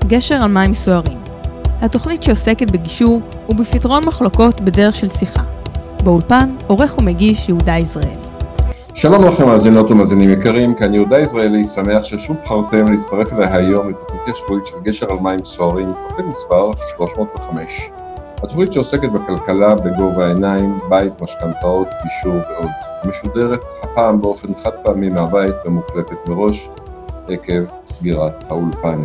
גשר על מים סוערים. התוכנית שעוסקת בגישור ובפתרון מחלוקות בדרך של שיחה. באולפן, עורך ומגיש יהודה יזרעאלי. שלום לכם מאזינות ומאזינים יקרים, כאן יהודה יזרעאלי, שמח ששוב בחרתם להצטרף אליי היום לתוכניתי השבועית של גשר על מים סוערים, תוכנית מספר 305. התוכנית שעוסקת בכלכלה, בגובה העיניים, בית, משכנתאות, גישור ועוד. משודרת הפעם באופן חד פעמי מהבית ומוקלטת מראש עקב סגירת האולפן.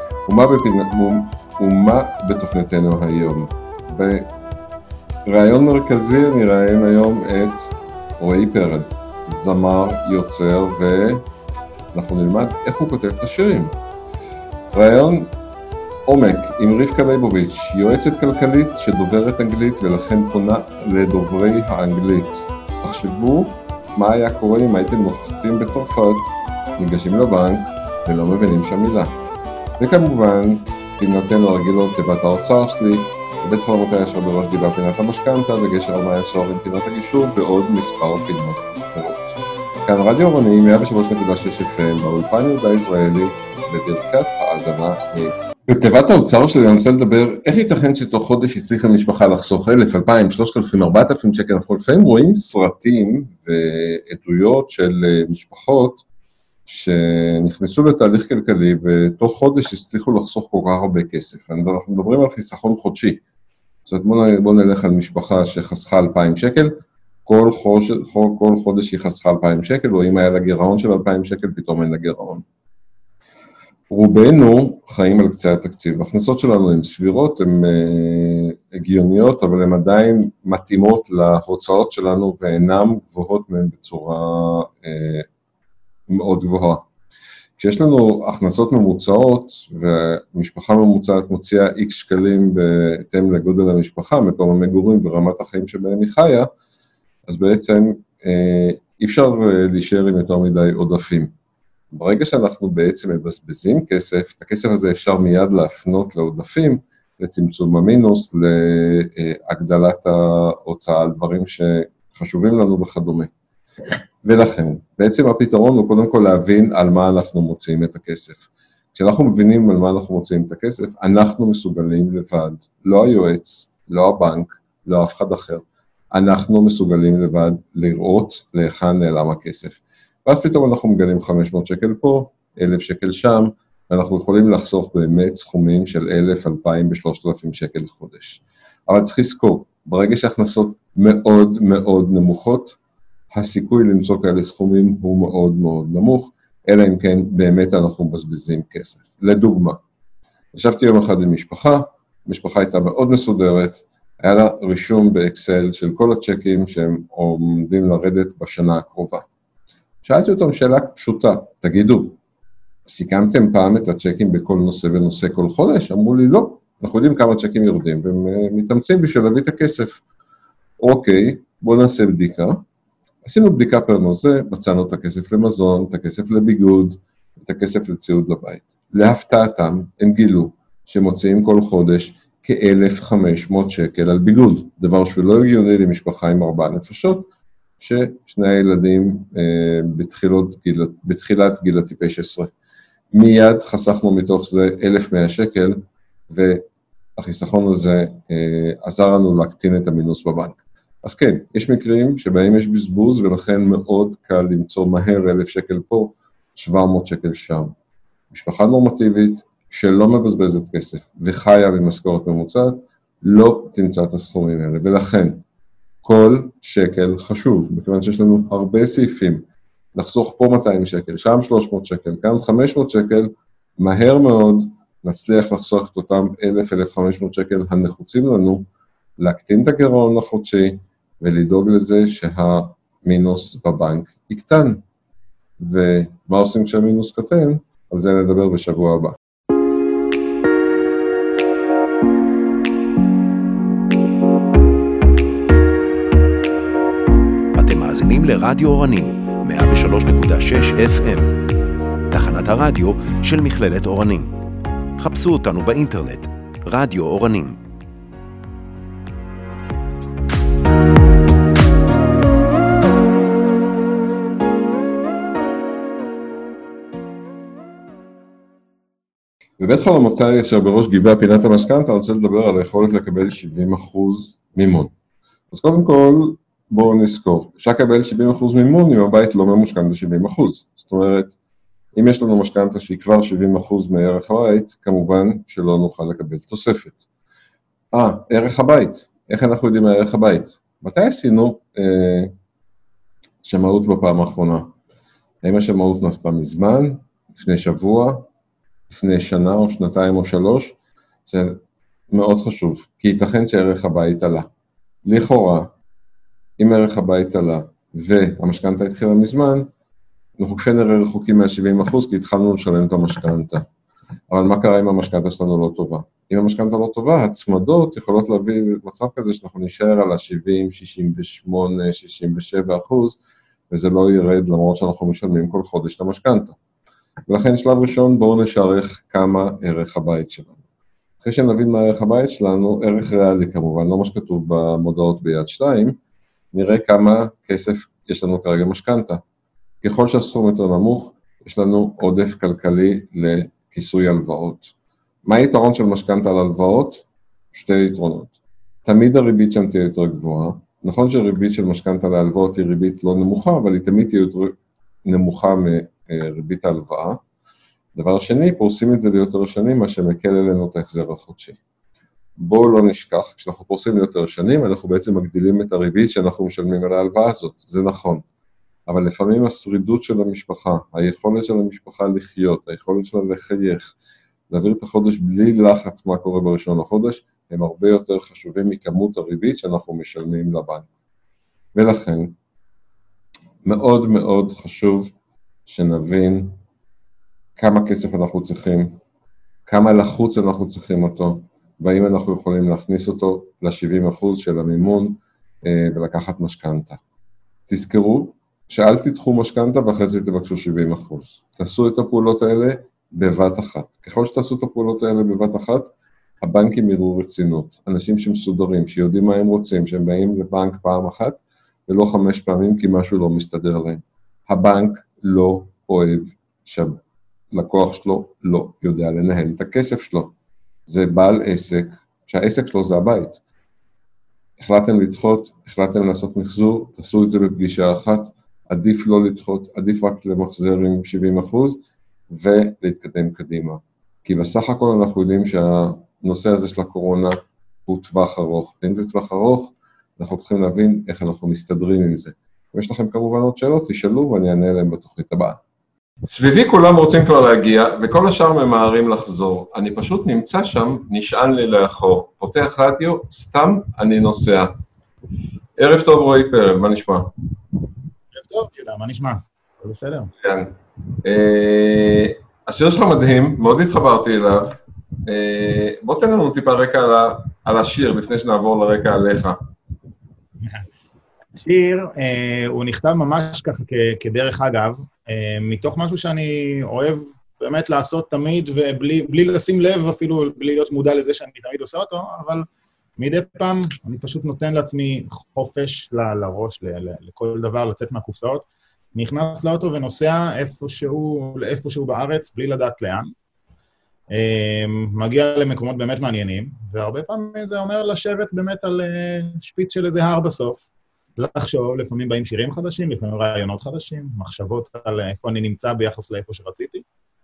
ומה בתוכניתנו היום? ברעיון מרכזי אני ראיין היום את רועי פרד, זמר, יוצר, ואנחנו נלמד איך הוא כותב את השירים. רעיון עומק עם רבקה ליבוביץ', יועצת כלכלית שדוברת אנגלית ולכן פונה לדוברי האנגלית. תחשבו מה היה קורה אם הייתם נוחתים בצרפת, ניגשים לבנק ולא מבינים שם מילה. וכמובן, פינתנו הרגילות תיבת האוצר שלי, בבית חלומות הישר בראש דיבה פינת המשכנתה, וגשר על מים סוערים פינת הגישור, ועוד מספר פינות אחרות. כאן רדיו עורני 103.6 FM, באולפן יהודה יזרעאלי, בברכת האזנה. בתיבת האוצר שלי אני רוצה לדבר, איך ייתכן שתוך חודש הצליחה משפחה לחסוך 1,000, 2,000, 3,000, 4,000 שקל. אנחנו לפעמים רואים סרטים ועדויות של משפחות שנכנסו לתהליך כלכלי ותוך חודש הצליחו לחסוך כל כך הרבה כסף. אנחנו מדברים על חיסכון חודשי. זאת אומרת, בוא נלך על משפחה שחסכה 2,000 שקל, כל חודש היא חסכה 2,000 שקל, או אם היה לה גירעון של 2,000 שקל, פתאום אין לה גירעון. רובנו חיים על קצה התקציב. ההכנסות שלנו הן סבירות, הן הגיוניות, אבל הן עדיין מתאימות להוצאות שלנו ואינן גבוהות מהן בצורה מאוד גבוהה. כשיש לנו הכנסות ממוצעות, ומשפחה ממוצעת מוציאה X שקלים בהתאם לגודל המשפחה, מקום המגורים ורמת החיים שבהם היא חיה, אז בעצם אי אפשר להישאר עם יותר מדי עודפים. ברגע שאנחנו בעצם מבזבזים כסף, את הכסף הזה אפשר מיד להפנות לעודפים, לצמצום המינוס, להגדלת ההוצאה על דברים שחשובים לנו וכדומה. ולכן, בעצם הפתרון הוא קודם כל להבין על מה אנחנו מוציאים את הכסף. כשאנחנו מבינים על מה אנחנו מוציאים את הכסף, אנחנו מסוגלים לבד, לא היועץ, לא הבנק, לא אף אחד אחר. אנחנו מסוגלים לבד לראות להיכן נעלם הכסף. ואז פתאום אנחנו מגלים 500 שקל פה, 1,000 שקל שם, ואנחנו יכולים לחסוך באמת סכומים של 1,000, 2,000 ו-3,000 שקל לחודש. אבל צריך לזכור, ברגע שהכנסות מאוד מאוד נמוכות, הסיכוי למצוא כאלה סכומים הוא מאוד מאוד נמוך, אלא אם כן באמת אנחנו מבזבזים כסף. לדוגמה, ישבתי יום אחד עם המשפחה הייתה מאוד מסודרת, היה לה רישום באקסל של כל הצ'קים שהם עומדים לרדת בשנה הקרובה. שאלתי אותם שאלה פשוטה, תגידו, סיכמתם פעם את הצ'קים בכל נושא ונושא כל חודש? אמרו לי לא, אנחנו יודעים כמה צ'קים יורדים, והם מתאמצים בשביל להביא את הכסף. אוקיי, בואו נעשה בדיקה. עשינו בדיקה פר נושא, מצאנו את הכסף למזון, את הכסף לביגוד, את הכסף לציוד לבית. להפתעתם, הם גילו שמוציאים כל חודש כ-1,500 שקל על ביגוד, דבר שלא הגיוני למשפחה עם 4 נפשות, ששני הילדים בתחילת גיל הטיפש 10. מיד חסכנו מתוך זה 1,100 שקל, והחיסכון הזה עזר לנו להקטין את המינוס בבנק. אז כן, יש מקרים שבהם יש בזבוז, ולכן מאוד קל למצוא מהר 1,000 שקל פה, 700 שקל שם. משפחה נורמטיבית שלא מבזבזת כסף וחיה במשכורת ממוצעת, לא תמצא את הסכומים האלה, ולכן כל שקל חשוב, מכיוון שיש לנו הרבה סעיפים, לחסוך פה 200 שקל, שם 300 שקל, כאן 500 שקל, מהר מאוד נצליח לחסוך את אותם 1,000-1,500 שקל הנחוצים לנו, להקטין את הגירעון החודשי, ולדאוג לזה שהמינוס בבנק יקטן. ומה עושים כשהמינוס קטן? על זה נדבר בשבוע הבא. אתם מאזינים לרדיו אורני, 103.6 FM, תחנת הרדיו של מכללת אורנים. חפשו אותנו באינטרנט, רדיו אורנים. בבית חלומותיי, אשר בראש גבעה פינת המשכנתא, אני רוצה לדבר על היכולת לקבל 70% מימון. אז קודם כל, בואו נזכור, אפשר לקבל 70% מימון אם הבית לא ממושכן ב-70%. זאת אומרת, אם יש לנו משכנתא שהיא כבר 70% מערך הבית, כמובן שלא נוכל לקבל תוספת. ערך הבית. איך אנחנו יודעים מערך הבית? מתי עשינו שמאות בפעם האחרונה? האם השמאות נעשתה מזמן, לפני שבוע, לפני שנה או שנתיים או 3? זה מאוד חשוב, כי ייתכן שערך הבית עלה. לכאורה, אם ערך הבית עלה והמשכנתא התחילה מזמן, אנחנו כפי נראה רחוקים מה-70%, כי התחלנו לשלם את המשכנתא. אבל מה קרה אם המשכנתא שלנו לא טובה? אם המשכנתא לא טובה, הצמדות יכולות להביא למצב כזה שאנחנו נשאר על ה-70, 68, 67%, וזה לא ירד למרות שאנחנו משלמים כל חודש את המשכנתא. ולכן שלב ראשון בואו נשערך כמה ערך הבית שלנו. אחרי שנבין מה ערך הבית שלנו, ערך ריאלי כמובן, לא מה שכתוב במודעות ביד 2, נראה כמה כסף יש לנו כרגע משכנתא. ככל שהסכום יותר נמוך, יש לנו עודף כלכלי לכיסוי הלוואות. מה היתרון של משכנתא על הלוואות? 2 יתרונות. תמיד הריבית שם תהיה יותר גבוהה. נכון שריבית של משכנתא להלוואות היא ריבית לא נמוכה, אבל היא תמיד תהיה יותר נמוכה מריבית ההלוואה. דבר שני, פורסים את זה ליותר שנים, מה שמקל עלינו את ההחזר החודשי. בואו לא נשכח, כשאנחנו פורסים ליותר שנים, אנחנו בעצם מגדילים את הריבית שאנחנו משלמים על ההלוואה הזאת, זה נכון. אבל לפעמים השרידות של המשפחה, היכולת של המשפחה לחיות, היכולת שלה לחייך, להעביר את החודש בלי לחץ מה קורה בראשון לחודש, הם הרבה יותר חשובים מכמות הריבית שאנחנו משלמים לבנק. ולכן, מאוד מאוד חשוב שנבין כמה כסף אנחנו צריכים, כמה לחוץ אנחנו צריכים אותו, והאם אנחנו יכולים להכניס אותו ל-70% של המימון ולקחת משכנתא. תזכרו שאל תדחו משכנתא ואחרי זה תבקשו 70%. תעשו את הפעולות האלה בבת אחת. ככל שתעשו את הפעולות האלה בבת אחת, הבנקים יראו רצינות. אנשים שמסודרים, שיודעים מה הם רוצים, שהם באים לבנק פעם אחת, ולא 5 פעמים כי משהו לא מסתדר להם. הבנק לא אוהב שהלקוח שלו לא יודע לנהל את הכסף שלו. זה בעל עסק, שהעסק שלו זה הבית. החלטתם לדחות, החלטתם לעשות מחזור, תעשו את זה בפגישה אחת, עדיף לא לדחות, עדיף רק למחזר עם 70% ולהתקדם קדימה. כי בסך הכל אנחנו יודעים שהנושא הזה של הקורונה הוא טווח ארוך. אם זה טווח ארוך, אנחנו צריכים להבין איך אנחנו מסתדרים עם זה. אם יש לכם כמובן עוד שאלות, תשאלו ואני אענה עליהם בתוכנית הבאה. סביבי כולם רוצים כבר להגיע, וכל השאר ממהרים לחזור. אני פשוט נמצא שם, נשען לי לאחור. פותח רדיו, סתם אני נוסע. ערב טוב רועי פרל, מה נשמע? ערב טוב, יהודה, מה נשמע? זה בסדר. כן. השיר שלך מדהים, מאוד התחברתי אליו. בוא תן לנו טיפה רקע על השיר, לפני שנעבור לרקע עליך. השיר, הוא נכתב ממש ככה כדרך אגב, מתוך משהו שאני אוהב באמת לעשות תמיד, ובלי לשים לב אפילו, בלי להיות מודע לזה שאני תמיד עושה אותו, אבל מדי פעם אני פשוט נותן לעצמי חופש לראש, לכל דבר, לצאת מהקופסאות, נכנס לאוטו ונוסע איפשהו בארץ, בלי לדעת לאן, מגיע למקומות באמת מעניינים, והרבה פעמים זה אומר לשבת באמת על שפיץ של איזה הר בסוף, לחשוב, לפעמים באים שירים חדשים, לפעמים רעיונות חדשים, מחשבות על איפה אני נמצא ביחס לאיפה שרציתי,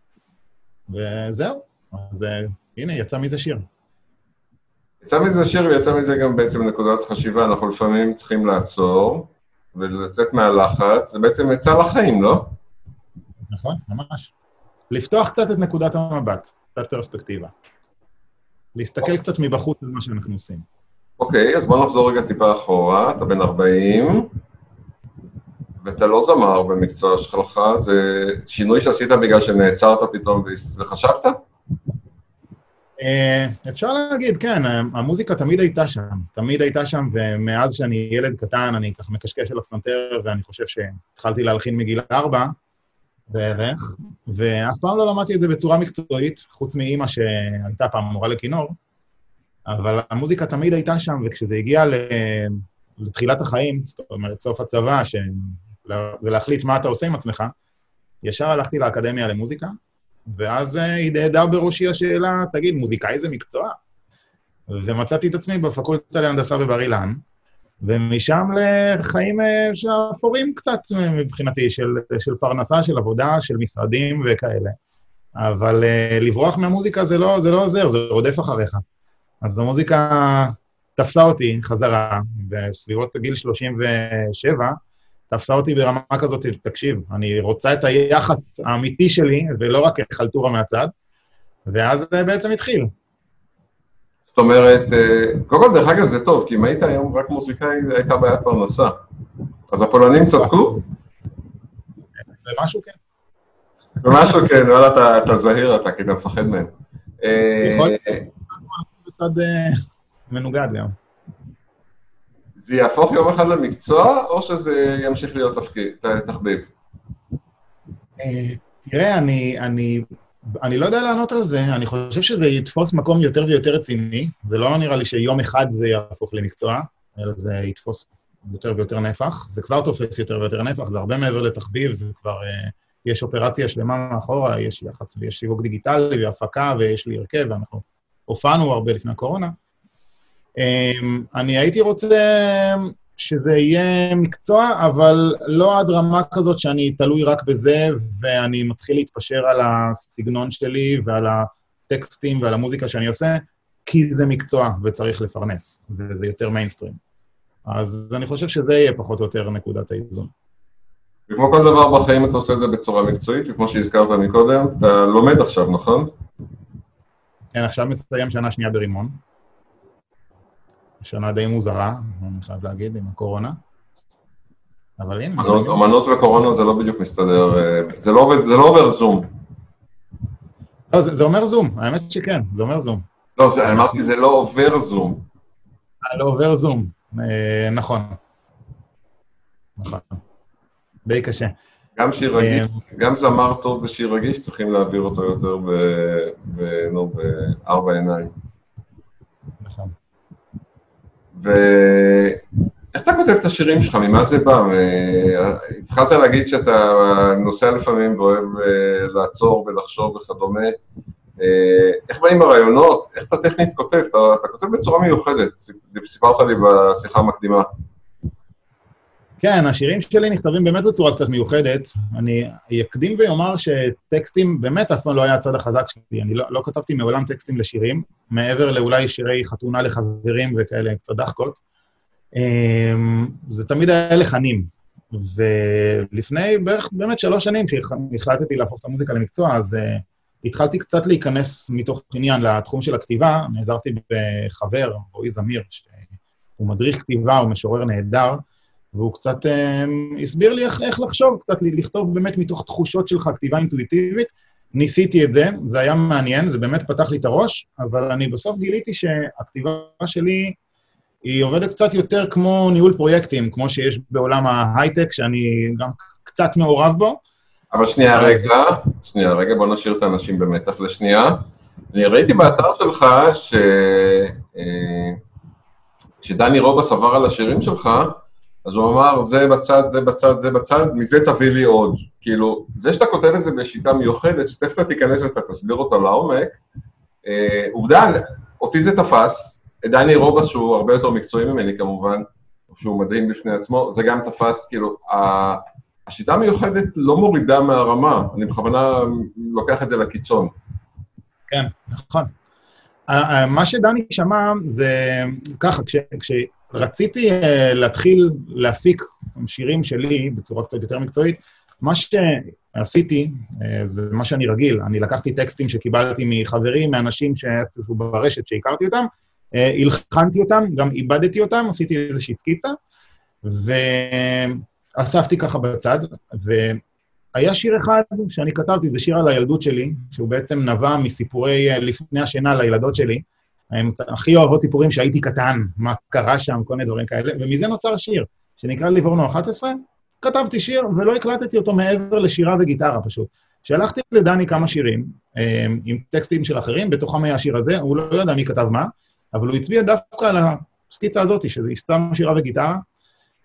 וזהו. אז הנה, יצא מזה שיר. יצא מזה שיר ויצא מזה גם בעצם נקודת חשיבה, אנחנו לפעמים צריכים לעצור ולצאת מהלחץ, זה בעצם יצא לחיים, לא? נכון, ממש. לפתוח קצת את נקודת המבט, קצת פרספקטיבה. להסתכל קצת מבחוץ על מה שאנחנו עושים. אוקיי, אז בוא נחזור רגע טיפה אחורה, אתה בן 40, ואתה לא זמר במקצוע שלך, זה שינוי שעשית בגלל שנעצרת פתאום וחשבת? אפשר להגיד, כן, המוזיקה תמיד הייתה שם, ומאז שאני ילד קטן, אני ככה מקשקש על הפסנתר, ואני חושב שהתחלתי להלחין מגיל 4 בערך, ואף פעם לא למדתי את זה בצורה מקצועית, חוץ מאמא שהייתה פעם מורה לכינור, אבל המוזיקה תמיד הייתה שם, וכשזה הגיע לתחילת החיים, זאת אומרת, סוף הצבא, שזה להחליט מה אתה עושה עם עצמך, ישר הלכתי לאקדמיה למוזיקה, ואז הדהדה בראשי השאלה, תגיד, מוזיקאי זה מקצוע? ומצאתי את עצמי בפקולטה להנדסה בבר אילן, ומשם לחיים שאפורים קצת מבחינתי, של פרנסה, של עבודה, של משרדים וכאלה. אבל לברוח מהמוזיקה זה לא עוזר, זה רודף אחריך. אז המוזיקה תפסה אותי חזרה, בסביבות גיל 37, תפסה אותי ברמה כזאת, תקשיב, אני רוצה את היחס האמיתי שלי, ולא רק חלטורה מהצד, ואז זה בעצם התחיל. זאת אומרת, קודם כל דרך אגב זה טוב, כי אם היית היום רק מוזיקאי, הייתה בעיית פרנסה. אז הפולנים צדקו? ומשהו כן. ומשהו כן, אבל אתה זהיר, אתה כי אתה מפחד מהם. יכול להיות בצד מנוגד גם. זה יהפוך יום אחד למקצוע, או שזה ימשיך להיות תחביב? תראה, אני לא יודע לענות על זה, אני חושב שזה יתפוס מקום יותר ויותר רציני, זה לא נראה לי שיום אחד זה יהפוך למקצוע, אלא זה יתפוס יותר ויותר נפח, זה כבר תופס יותר ויותר נפח, זה הרבה מעבר לתחביב, זה כבר, יש אופרציה שלמה מאחורה, יש לחץ ויש שיווק דיגיטלי והפקה ויש לי הרכב, ואנחנו הופענו הרבה לפני הקורונה. אני הייתי רוצה שזה יהיה מקצוע, אבל לא עד רמה כזאת שאני תלוי רק בזה, ואני מתחיל להתפשר על הסגנון שלי ועל הטקסטים ועל המוזיקה שאני עושה, כי זה מקצוע וצריך לפרנס, וזה יותר מיינסטרים. אז אני חושב שזה יהיה פחות או יותר נקודת האיזון. וכמו כל דבר בחיים אתה עושה את זה בצורה מקצועית, וכמו שהזכרת מקודם, אתה לומד עכשיו, נכון? כן, עכשיו מסיים שנה שנייה ברימון. שנה די מוזרה, אני חייב להגיד, עם הקורונה. אבל הנה, מסיים. אמנות וקורונה זה לא בדיוק מסתדר, זה לא עובר זום. לא, זה אומר זום, האמת שכן, זה אומר זום. לא, אמרתי, זה לא עובר זום. לא עובר זום, נכון. נכון. די קשה. גם שיר רגיש, גם זמר טוב בשיר רגיש, צריכים להעביר אותו יותר בארבע עיניים. נכון. ואיך אתה כותב את השירים שלך? ממה זה בא? התחלת להגיד שאתה נוסע לפעמים ואוהב לעצור ולחשוב וכדומה. איך באים הרעיונות? איך אתה טכנית כותב? אתה כותב בצורה מיוחדת, סיפרת לי בשיחה המקדימה. כן, השירים שלי נכתבים באמת בצורה קצת מיוחדת. אני אקדים ויאמר שטקסטים באמת אף פעם לא היה הצד החזק שלי. אני לא כתבתי מעולם טקסטים לשירים, מעבר לאולי שירי חתונה לחברים וכאלה קצת דחקות. זה תמיד היה לחנים. ולפני בערך באמת 3 שנים שהחלטתי להפוך את המוזיקה למקצוע, אז התחלתי קצת להיכנס מתוך עניין לתחום של הכתיבה. נעזרתי בחבר, רועי זמיר, שהוא מדריך כתיבה, הוא משורר נהדר, והוא קצת הסביר לי איך לחשוב, קצת לכתוב באמת מתוך תחושות שלך, כתיבה אינטואיטיבית. ניסיתי את זה, זה היה מעניין, זה באמת פתח לי את הראש, אבל אני בסוף גיליתי שהכתיבה שלי היא עובדת קצת יותר כמו ניהול פרויקטים, כמו שיש בעולם ההייטק, שאני גם קצת מעורב בו. אבל שנייה רגע, בוא נשאיר את האנשים במתח לשנייה. אני ראיתי באתר שלך שדני רובס עבר על השירים שלך, אז הוא אמר, זה בצד, זה בצד, זה בצד, מזה תביא לי עוד. כאילו, זה שאתה כותב את זה בשיטה מיוחדת, שתכף אתה תיכנס ואתה תסביר אותה לעומק, עובדה, אותי זה תפס, דני רובס שהוא הרבה יותר מקצועי ממני כמובן, שהוא מדהים בפני עצמו, זה גם תפס, כאילו, השיטה המיוחדת לא מורידה מהרמה, אני בכוונה לוקח את זה לקיצון. כן, נכון. מה שדני שמע זה ככה, כשרציתי להתחיל להפיק שירים שלי בצורה קצת יותר מקצועית, מה שעשיתי, זה מה שאני רגיל, אני לקחתי טקסטים שקיבלתי מחברים, מאנשים שאיפשהו ברשת שהכרתי אותם, הלחנתי אותם, גם איבדתי אותם, עשיתי איזושהי סקיצה, ואספתי ככה בצד, והיה שיר אחד שאני כתבתי, זה שיר על הילדות שלי, שהוא בעצם נבע מסיפורי לפני השינה לילדות שלי, הם הכי אוהבות סיפורים שהייתי קטן, מה קרה שם, כל מיני דברים כאלה, ומזה נוצר שיר, שנקרא ליבורנו 11, כתבתי שיר ולא הקלטתי אותו מעבר לשירה וגיטרה פשוט. שלחתי לדני כמה שירים, עם טקסטים של אחרים, בתוכם היה השיר הזה, הוא לא יודע מי כתב מה, אבל הוא הצביע דווקא על הסקיצה הזאת, שזה סתם שירה וגיטרה,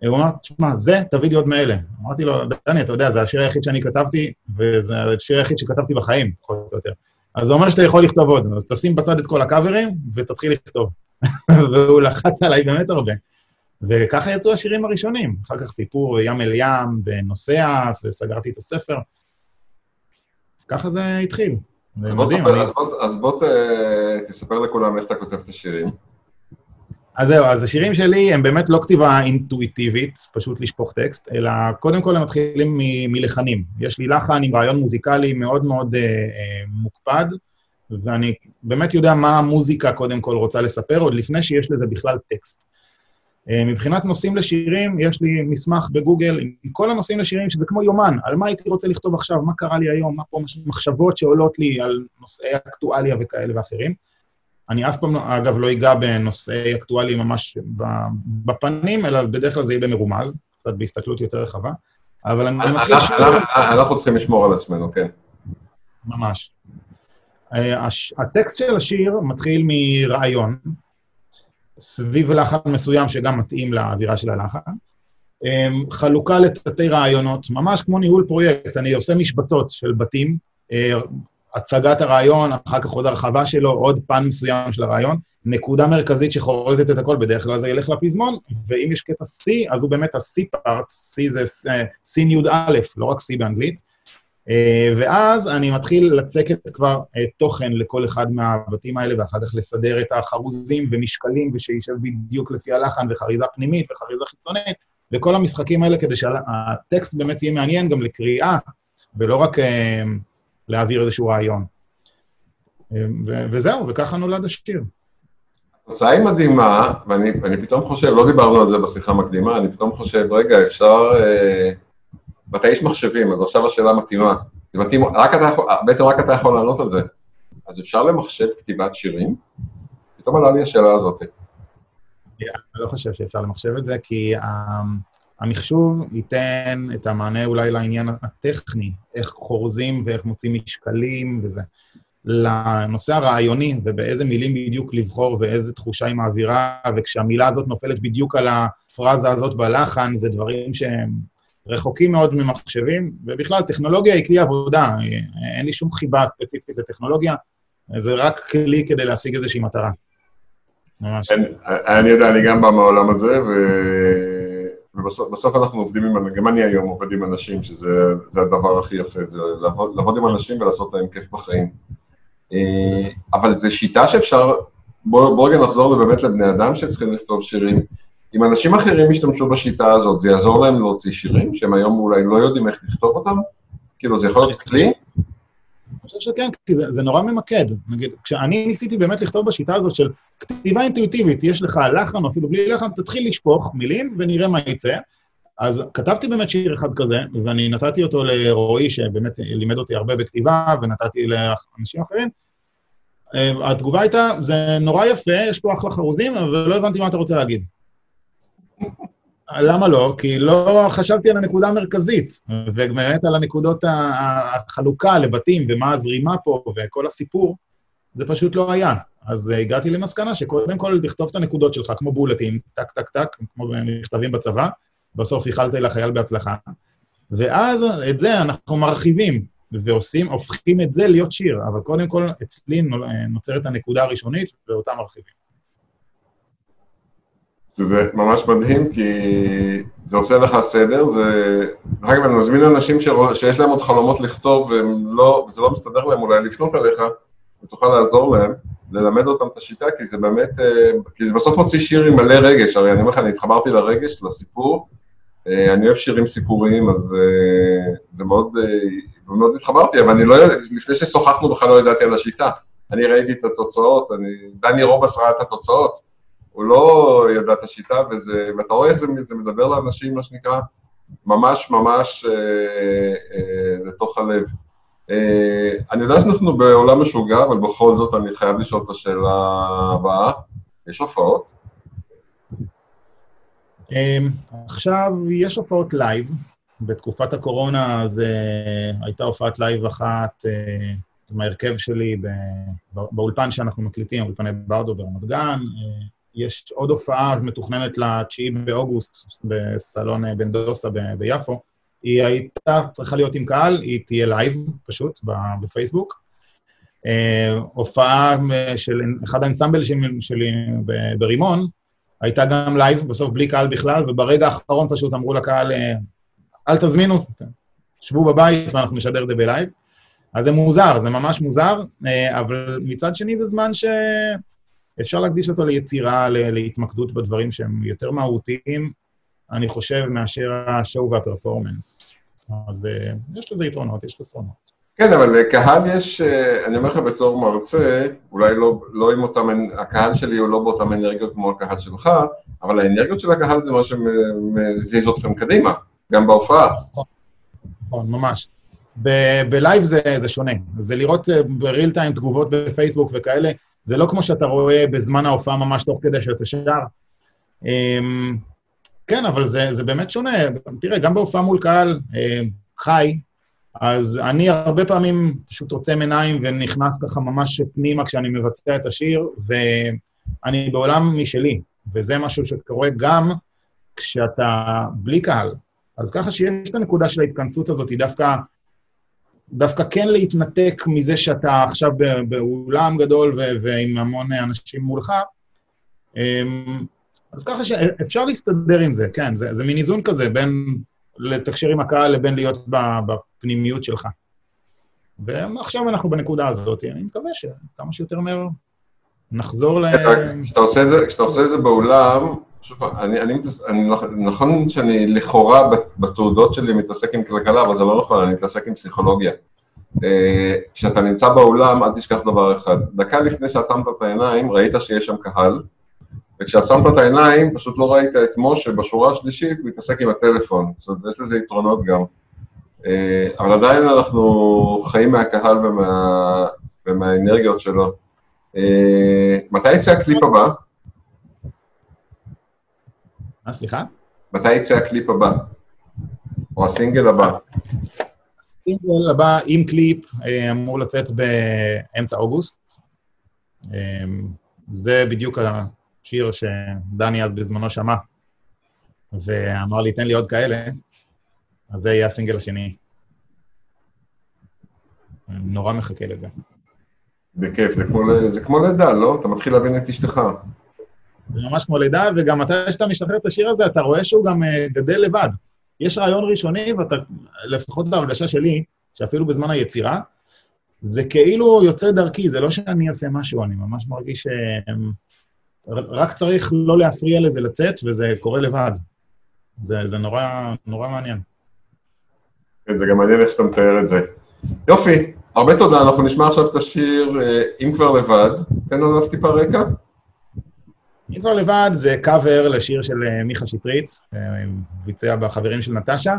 הוא אמר, תשמע, זה תביא לי עוד מאלה. אמרתי לו, דני, אתה יודע, זה השיר היחיד שאני כתבתי, וזה השיר היחיד שכתבתי בחיים, פחות או יותר. אז זה אומר שאתה יכול לכתוב עוד, אז תשים בצד את כל הקאברים, ותתחיל לכתוב. והוא לחץ עליי באמת הרבה. וככה יצאו השירים הראשונים. אחר כך סיפור ים אל ים, בנוסע, סגרתי את הספר. ככה זה התחיל. זה מדהים. אז בוא תספר לכולם איך אתה כותב את השירים. אז זהו, אז השירים שלי הם באמת לא כתיבה אינטואיטיבית, פשוט לשפוך טקסט, אלא קודם כל הם מתחילים מלחנים. יש לי לחן עם רעיון מוזיקלי מאוד מאוד מוקפד, ואני באמת יודע מה המוזיקה קודם כל רוצה לספר, עוד לפני שיש לזה בכלל טקסט. מבחינת נושאים לשירים, יש לי מסמך בגוגל עם כל הנושאים לשירים, שזה כמו יומן, על מה הייתי רוצה לכתוב עכשיו, מה קרה לי היום, מה פה מחשבות שעולות לי על נושאי אקטואליה וכאלה ואחרים. אני אף פעם, אגב, לא אגע בנושאי אקטואליים ממש בפנים, אלא בדרך כלל זה יהיה במרומז, קצת בהסתכלות יותר רחבה, אבל אני מתחיל אנחנו צריכים לשמור על עצמנו, כן. ממש. הטקסט של השיר מתחיל מרעיון, סביב לחן מסוים שגם מתאים לאווירה של הלחן, חלוקה לתתי רעיונות, ממש כמו ניהול פרויקט, אני עושה משבצות של בתים, הצגת הרעיון, אחר כך עוד הרחבה שלו, עוד פן מסוים של הרעיון, נקודה מרכזית שחורזת את הכל, בדרך כלל זה ילך לפזמון, ואם יש קטע C, אז הוא באמת ה-C part, C זה סין י' א', לא רק C באנגלית, ואז אני מתחיל לצקת כבר תוכן לכל אחד מהבתים האלה, ואחר כך לסדר את החרוזים ומשקלים, ושישב בדיוק לפי הלחן, וחריזה פנימית וחריזה חיצונית, וכל המשחקים האלה, כדי שהטקסט באמת יהיה מעניין גם לקריאה, ולא רק להעביר איזשהו רעיון. וזהו, וככה נולד השיר. התוצאה היא מדהימה, ואני פתאום חושב, לא דיברנו על זה בשיחה מקדימה, אני פתאום חושב, רגע, אפשר... ואתה איש מחשבים, אז עכשיו השאלה מתאימה. זה מתאים, בעצם רק אתה יכול לענות על זה. אז אפשר למחשב כתיבת שירים? פתאום עלה לי השאלה הזאת. אני לא חושב שאפשר למחשב את זה, כי המחשוב ייתן את המענה אולי לעניין הטכני, איך חורזים ואיך מוצאים משקלים וזה. לנושא הרעיוני, ובאיזה מילים בדיוק לבחור ואיזה תחושה עם האווירה, וכשהמילה הזאת נופלת בדיוק על הפרזה הזאת בלחן, זה דברים שהם רחוקים מאוד ממחשבים, ובכלל, טכנולוגיה היא כלי עבודה, אין לי שום חיבה ספציפית לטכנולוגיה, זה רק כלי כדי להשיג איזושהי מטרה. ממש. אני יודע, אני גם בא מהעולם הזה, ובסוף אנחנו עובדים עם, גם אני היום עובד עם אנשים, שזה הדבר הכי יפה, זה לעבוד עם אנשים ולעשות להם כיף בחיים. אבל זו שיטה שאפשר, בואו רגע נחזור באמת לבני אדם שצריכים לכתוב שירים, אם אנשים אחרים ישתמשו בשיטה הזאת, זה יעזור להם להוציא שירים, שהם היום אולי לא יודעים איך לכתוב אותם? כאילו, זה יכול להיות כלי? אני חושב שכן, כי זה נורא ממקד. נגיד, כשאני ניסיתי באמת לכתוב בשיטה הזאת של כתיבה אינטואיטיבית, יש לך לחן או אפילו בלי לחן, תתחיל לשפוך מילים ונראה מה יצא. אז כתבתי באמת שיר אחד כזה, ואני נתתי אותו לרועי, שבאמת לימד אותי הרבה בכתיבה, ונתתי לאנשים אחרים. התגובה הייתה, זה נורא יפה, יש פה אחלה חרוזים, אבל לא הבנתי מה אתה רוצה להגיד. למה לא? כי לא חשבתי על הנקודה המרכזית, ובאמת על הנקודות החלוקה לבתים, ומה הזרימה פה, וכל הסיפור, זה פשוט לא היה. אז הגעתי למסקנה שקודם כל לכתוב את הנקודות שלך, כמו בולטים, טק, טק, טק, כמו מכתבים בצבא, בסוף איחלתי לחייל בהצלחה, ואז את זה אנחנו מרחיבים, והופכים את זה להיות שיר, אבל קודם כל אצלי נוצרת הנקודה הראשונית, ואותה מרחיבים. זה ממש מדהים, כי זה עושה לך סדר, אגב, אני מזמין אנשים שיש להם עוד חלומות לכתוב, וזה לא מסתדר להם אולי לפנות עליך, ותוכל לעזור להם, ללמד אותם את השיטה, כי זה באמת, כי זה בסוף מוציא שיר עם מלא רגש, הרי אני אומר לך, אני התחברתי לרגש, לסיפור, אני אוהב שירים סיפוריים, אז זה מאוד התחברתי, אבל אני לא יודע, לפני ששוחחנו בכלל לא ידעתי על השיטה, אני ראיתי את התוצאות, דני רובס ראה את התוצאות, הוא לא ידע את השיטה, ואתה רואה איך זה מדבר לאנשים, מה שנקרא, ממש ממש לתוך הלב. אני יודע שאנחנו בעולם משוגע, אבל בכל זאת אני חייב לשאול את השאלה הבאה. יש הופעות? עכשיו יש הופעות לייב. בתקופת הקורונה הייתה הופעת לייב אחת עם ההרכב שלי באולפן שאנחנו מקליטים, אולפני ברדו ברמת גן, יש עוד הופעה מתוכננת ל9 באוגוסט בסלון בנדוסה ביפו. היא הייתה צריכה להיות עם קהל, היא תהיה לייב פשוט בפייסבוק. הופעה של אחד האנסמבלים שלי ברימון, הייתה גם לייב, בסוף בלי קהל בכלל, וברגע האחרון פשוט אמרו לקהל, אל תזמינו, שבו בבית ואנחנו נשדר את זה בלייב. אז זה מוזר, זה ממש מוזר, אבל מצד שני זה זמן שאפשר להקדיש אותו ליצירה, להתמקדות בדברים שהם יותר מהותיים, אני חושב, מאשר השואו והפרפורמנס. אז יש לזה יתרונות, יש חסרונות. כן, אבל לקהל יש, אני אומר לך בתור מרצה, אולי לא עם אותם, הקהל שלי הוא לא באותם אנרגיות כמו הקהל שלך, אבל האנרגיות של הקהל זה מה שמזיז אתכם קדימה, גם בהופעה. נכון, ממש. בלייב זה שונה, זה לראות בריל טיים תגובות בפייסבוק וכאלה, זה לא כמו שאתה רואה בזמן ההופעה ממש תוך כדי שאתה שר. כן, אבל זה באמת שונה. תראה, גם בהופעה מול קהל חי, אז אני הרבה פעמים פשוט עוצם עיניים ונכנס ככה ממש פנימה כשאני מבצע את השיר, ואני בעולם משלי, וזה משהו שקורה גם כשאתה בלי קהל. אז ככה שיש את הנקודה של ההתכנסות הזאת, היא דווקא כן להתנתק מזה שאתה עכשיו באולם גדול ועם המון אנשים מולך, אז ככה שאפשר להסתדר עם זה, כן, זה מין איזון כזה, בין לתקשר עם הקהל לבין להיות בפנימיות שלך. ועכשיו אנחנו בנקודה הזאת, אני מקווה שכמה שיותר מהר נחזור כשאתה עושה את זה באולם, שוב, נכון שאני לכאורה בתעודות שלי מתעסק עם כלכלה, אבל זה לא נכון, אני מתעסק עם פסיכולוגיה. כשאתה נמצא באולם, אל תשכח דבר אחד. דקה לפני שאת שמת את העיניים, ראית שיש שם קהל, וכשאת שמת את העיניים, פשוט לא ראית את משה בשורה השלישית, מתעסק עם הטלפון. זאת אומרת, יש לזה יתרונות גם. אבל עדיין אנחנו חיים מהקהל ומהאנרגיות שלו. מתי יצא הקליפ הבא? סליחה? מתי יצא הקליפ הבא? או הסינגל הבא? הסינגל הבא עם קליפ אמור לצאת באמצע אוגוסט. זה בדיוק השיר שדני אז בזמנו שמע, ואמר לי, תן לי עוד כאלה, אז זה יהיה הסינגל השני. נורא מחכה לזה. בכיף, זה כמו לידה, לא? אתה מתחיל להבין את אשתך. זה ממש כמו לידה, וגם מתי שאתה משתחרר את השיר הזה, אתה רואה שהוא גם גדל לבד. יש רעיון ראשוני, ואתה, לפחות בהרגשה שלי, שאפילו בזמן היצירה, זה כאילו יוצא דרכי, זה לא שאני עושה משהו, אני ממש מרגיש רק צריך לא להפריע לזה לצאת, וזה קורה לבד. זה נורא מעניין. זה גם מעניין איך שאתה מתאר את זה. יופי, הרבה תודה, אנחנו נשמע עכשיו את השיר אם כבר לבד. תן עליו טיפה רקע. אם כבר לבד זה קאבר לשיר של מיכה שטרית, ביצע בחברים של נטשה.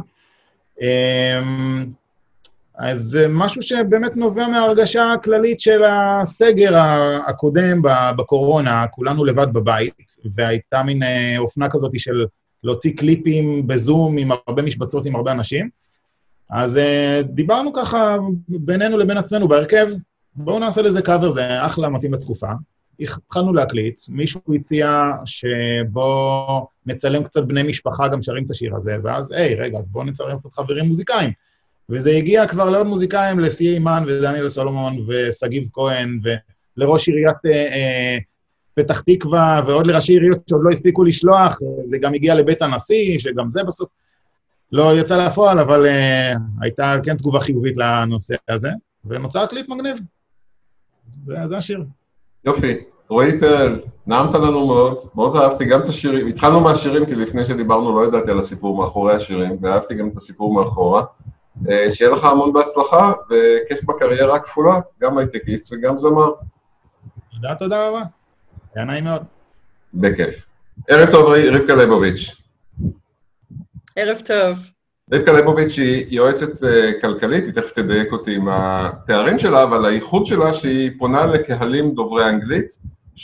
אז זה משהו שבאמת נובע מההרגשה הכללית של הסגר הקודם בקורונה, כולנו לבד בבית, והייתה מין אופנה כזאת של להוציא קליפים בזום עם הרבה משבצות עם הרבה אנשים. אז דיברנו ככה בינינו לבין עצמנו בהרכב, בואו נעשה לזה קאבר, זה אחלה מתאים לתקופה. התחלנו להקליט, מישהו הציע שבוא נצלם קצת בני משפחה גם שרים את השיר הזה, ואז, רגע, אז בואו נצרף עוד חברים מוזיקאים. וזה הגיע כבר לעוד מוזיקאים, לסי אימן ודניאל סולומון וסגיב כהן, ולראש עיריית פתח תקווה, ועוד לראשי עיריות שעוד לא הספיקו לשלוח, זה גם הגיע לבית הנשיא, שגם זה בסוף לא יצא לפועל, אבל הייתה כן תגובה חיובית לנושא הזה, ונוצר קליפ מגניב. זה השיר. יופי, רועי פרל, נעמת לנו מאוד, מאוד אהבתי גם את השירים, התחלנו מהשירים כי לפני שדיברנו לא ידעתי על הסיפור מאחורי השירים, ואהבתי גם את הסיפור מאחורה. שיהיה לך המון בהצלחה, וכיף בקריירה הכפולה, גם הייטקיסט וגם זמר. תודה רבה, היה נעים מאוד. בכיף. ערב טוב, רבקה ליבוביץ'. ערב טוב. רבקה ליבוביץ' היא יועצת כלכלית, היא תכף תדייק אותי עם התארים שלה, אבל הייחוד שלה שהיא פונה לקהלים דוברי אנגלית,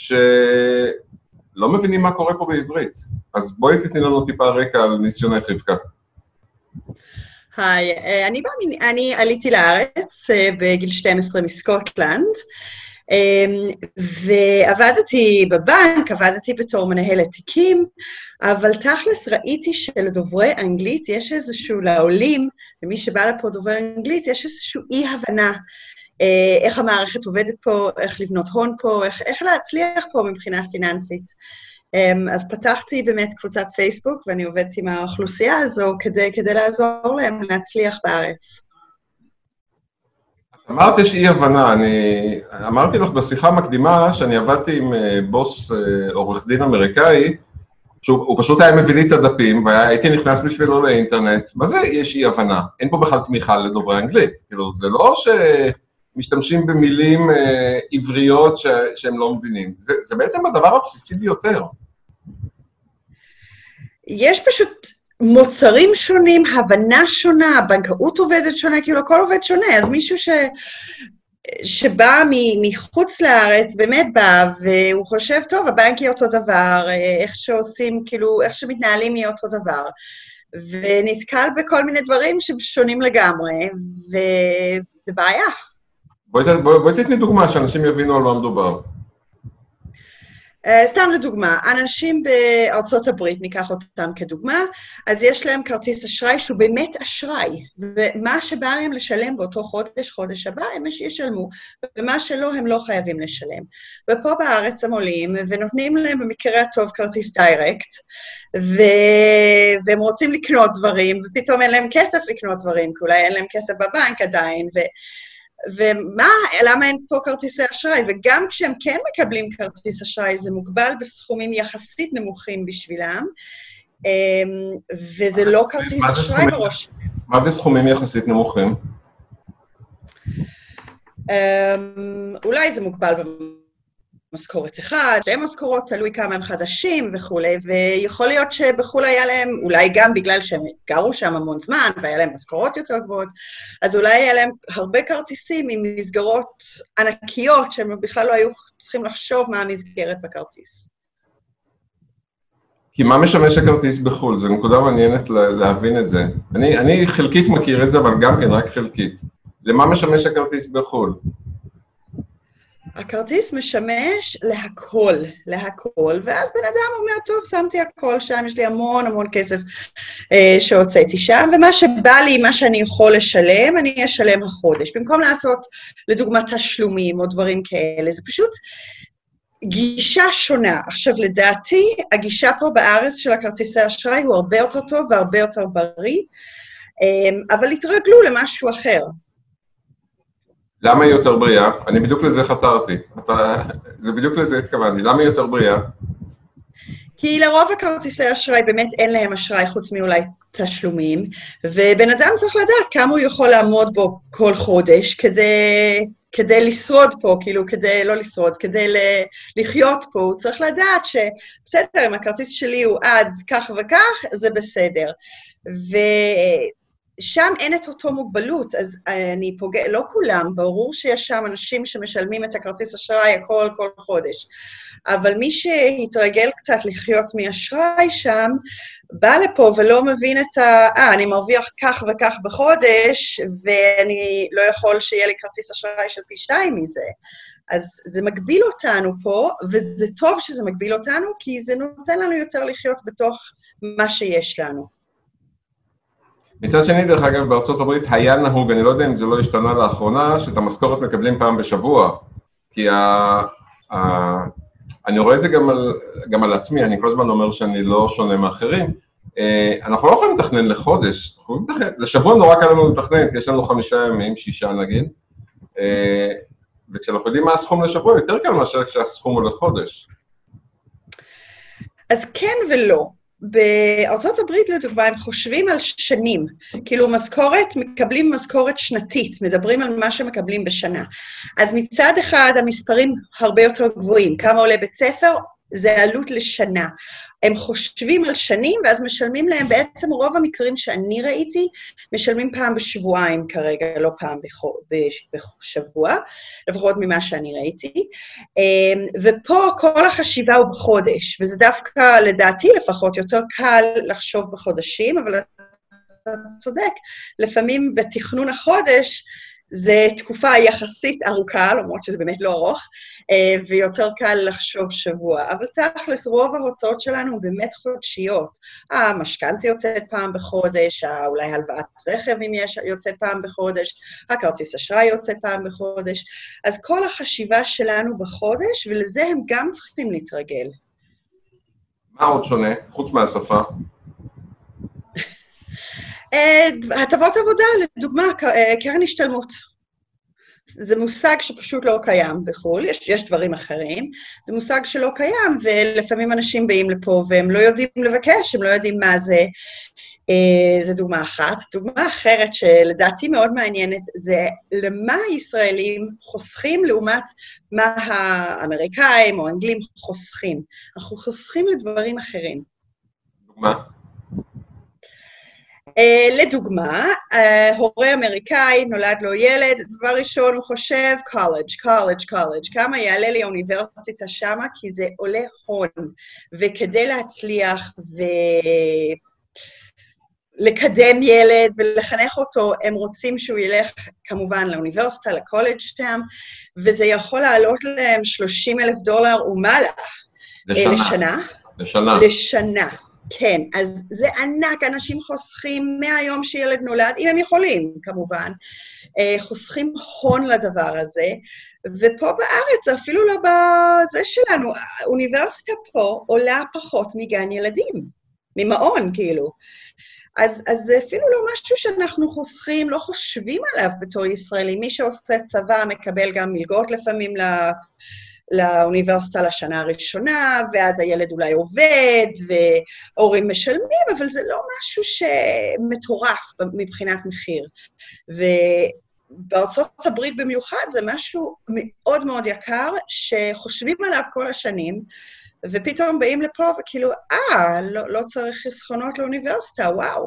שלא מבינים מה קורה פה בעברית. אז בואי תתני לנו טיפה רקע על ניסיונך, רבקה. היי, אני עליתי לארץ בגיל 12 מסקוטלנד, ועבדתי בבנק, עבדתי בתור מנהלת תיקים, אבל תכלס ראיתי שלדוברי אנגלית יש איזשהו, לעולים, למי שבא לפה דובר אנגלית, יש איזשהו אי-הבנה, איך המערכת עובדת פה, איך לבנות הון פה, איך להצליח פה מבחינה פיננסית. אז פתחתי באמת קבוצת פייסבוק, ואני עובדת עם האוכלוסייה הזו כדי לעזור להם להצליח בארץ. אמרת יש אי הבנה, אני אמרתי לך בשיחה מקדימה שאני עבדתי עם בוס עורך דין אמריקאי, שהוא פשוט היה מביא לי את הדפים, והייתי נכנס בשבילו לאינטרנט, מה זה יש אי הבנה? אין פה בכלל תמיכה לדוברי אנגלית, כאילו זה לא שמשתמשים במילים עבריות שהם לא מבינים, זה בעצם הדבר הבסיסי ביותר. יש פשוט מוצרים שונים, הבנה שונה, בנקאות עובדת שונה, כאילו הכל עובד שונה, אז מישהו שבא מחוץ לארץ, באמת בא, והוא חושב, טוב, הבנק יהיה אותו דבר, איך שעושים, כאילו, איך שמתנהלים יהיה אותו דבר, ונתקל בכל מיני דברים ששונים לגמרי, וזה בעיה. בואי תתני דוגמה, שאנשים יבינו על מה מדובר. סתם לדוגמה, אנשים בארצות הברית, ניקח אותם כדוגמה, אז יש להם כרטיס אשראי שהוא באמת אשראי, ומה שבא להם לשלם באותו חודש הבא, הם ישלמו, ומה שלא הם לא חייבים לשלם. ופה בארץ הם עולים, ונותנים להם במקרה הטוב כרטיס דיירקט, והם רוצים לקנות דברים, ופתאום אין להם כסף לקנות דברים, כי אולי אין להם כסף בבנק עדיין, למה אין פה כרטיסי אשראי? וגם כשהם כן מקבלים כרטיס אשראי, זה מוגבל בסכומים יחסית נמוכים בשבילם, וזה לא כרטיס אשראי בראש. מה זה סכומים יחסית נמוכים? אולי זה מוגבל במשכורת אחד, שתי משכורות, תלוי כמה הם חדשים וכו', ויכול להיות שבחול היה להם, אולי גם בגלל שהם גרו שם המון זמן, והיה להם משכורות יותר גבוהות, אז אולי היה להם הרבה כרטיסים עם מסגרות ענקיות, שהם בכלל לא היו צריכים לחשוב מה המסגרת בכרטיס. כי מה משמש הכרטיס בחול? זו נקודה מעניינת להבין את זה. אני חלקית מכיר את זה, אבל גם כן רק חלקית. למה משמש הכרטיס בחול? הכרטיס משמש להכל, ואז בן אדם אומר, טוב, שמתי הכל שם, יש לי המון כסף שהוצאתי שם, ומה שבא לי, מה שאני יכול לשלם, אני אשלם החודש. במקום לעשות, לדוגמה, תשלומים או דברים כאלה, זה פשוט גישה שונה. עכשיו, לדעתי, הגישה פה בארץ של הכרטיסי אשראי הוא הרבה יותר טוב והרבה יותר בריא, אבל התרגלו למשהו אחר. למה היא יותר בריאה? אני בדיוק לזה חתרתי. זה בדיוק לזה התכוונתי. למה היא יותר בריאה? כי לרוב הכרטיסי אשראי באמת אין להם אשראי חוץ מאולי תשלומים, ובן אדם צריך לדעת כמה הוא יכול לעמוד בו כל חודש כדי לשרוד פה, כאילו כדי לא לשרוד, כדי לחיות פה, הוא צריך לדעת שבסדר, אם הכרטיס שלי הוא עד כך וכך, זה בסדר. שם אין את אותו מוגבלות, אז אני פוגע, לא כולם, ברור שיש שם אנשים שמשלמים את הכרטיס אשראי כל חודש, אבל מי שהתרגל קצת לחיות מאשראי שם, בא לפה ולא מבין את אני מרוויח כך וכך בחודש, ואני לא יכול שיהיה לי כרטיס אשראי של פי 2 מזה. אז זה מגביל אותנו פה, וזה טוב שזה מגביל אותנו, כי זה נותן לנו יותר לחיות בתוך מה שיש לנו. מצד שני, דרך אגב, בארצות הברית היה נהוג, אני לא יודע אם זה לא השתנה לאחרונה, שאת המשכורת מקבלים פעם בשבוע, כי אני רואה את זה גם על עצמי, אני כל הזמן אומר שאני לא שונה מאחרים, אנחנו לא יכולים לתכנן לחודש, לשבוע נורא קל לנו לתכנן, כי יש לנו 5 ימים, 6 נגיד, וכשאנחנו יודעים מה הסכום לשבוע, יותר קל מאשר כשהסכום הוא לחודש. אז כן ולא. בארצות הברית, לדוגמה, הם חושבים על שנים, כאילו מקבלים משכורת שנתית, מדברים על מה שמקבלים בשנה. אז מצד אחד, המספרים הרבה יותר גבוהים. כמה עולה בית ספר? זה עלות לשנה. הם חושבים על שנים, ואז משלמים להם, בעצם רוב המקרים שאני ראיתי, משלמים פעם בשבועיים כרגע, לא פעם בשבוע, לפחות ממה שאני ראיתי. ופה כל החשיבה הוא בחודש, וזה דווקא, לדעתי לפחות, יותר קל לחשוב בחודשים, אבל אתה צודק, לפעמים בתכנון החודש, זו תקופה יחסית ארוכה, למרות שזה באמת לא ארוך, ויותר קל לחשוב שבוע. אבל תכלס, רוב ההוצאות שלנו באמת חודשיות. המשכנתה יוצאת פעם בחודש, אולי הלוואת רכב אם יש יוצאת פעם בחודש, הכרטיס אשראי יוצא פעם בחודש. אז כל החשיבה שלנו בחודש, ולזה הם גם צריכים להתרגל. מה עוד שונה, חוץ מהשפה? הטבות עבודה, לדוגמה, קרן השתלמות. זה מושג שפשוט לא קיים בחו"ל, יש דברים אחרים, זה מושג שלא קיים, ולפעמים אנשים באים לפה והם לא יודעים לבקש, הם לא יודעים מה זה. זה דוגמה אחת. דוגמה אחרת שלדעתי מאוד מעניינת, זה למה הישראלים חוסכים לעומת מה האמריקאים או האנגלים חוסכים. אנחנו חוסכים לדברים אחרים. דוגמה? לדוגמה, הורה אמריקאי, נולד לו ילד, דבר ראשון הוא חושב, קולג', כמה יעלה לי האוניברסיטה שמה, כי זה עולה הון, וכדי להצליח ולקדם ילד ולחנך אותו, הם רוצים שהוא ילך כמובן לאוניברסיטה, לקולג' שם, וזה יכול לעלות להם $30,000 ומעלה. לשנה. כן, אז זה ענק, אנשים חוסכים מהיום שילד נולד, אם הם יכולים, כמובן, חוסכים הון לדבר הזה, ופה בארץ, אפילו לא בזה שלנו, האוניברסיטה פה עולה פחות מגן ילדים, ממעון כאילו. אז זה אפילו לא משהו שאנחנו חוסכים, לא חושבים עליו בתור ישראלי, מי שעושה צבא מקבל גם מלגות לפעמים לאוניברסיטה לשנה הראשונה, ואז הילד אולי עובד, והורים משלמים, אבל זה לא משהו שמטורף מבחינת מחיר. ובארצות הברית במיוחד זה משהו מאוד מאוד יקר, שחושבים עליו כל השנים, ופתאום באים לפה וכאילו, לא צריך חסכונות לאוניברסיטה, וואו,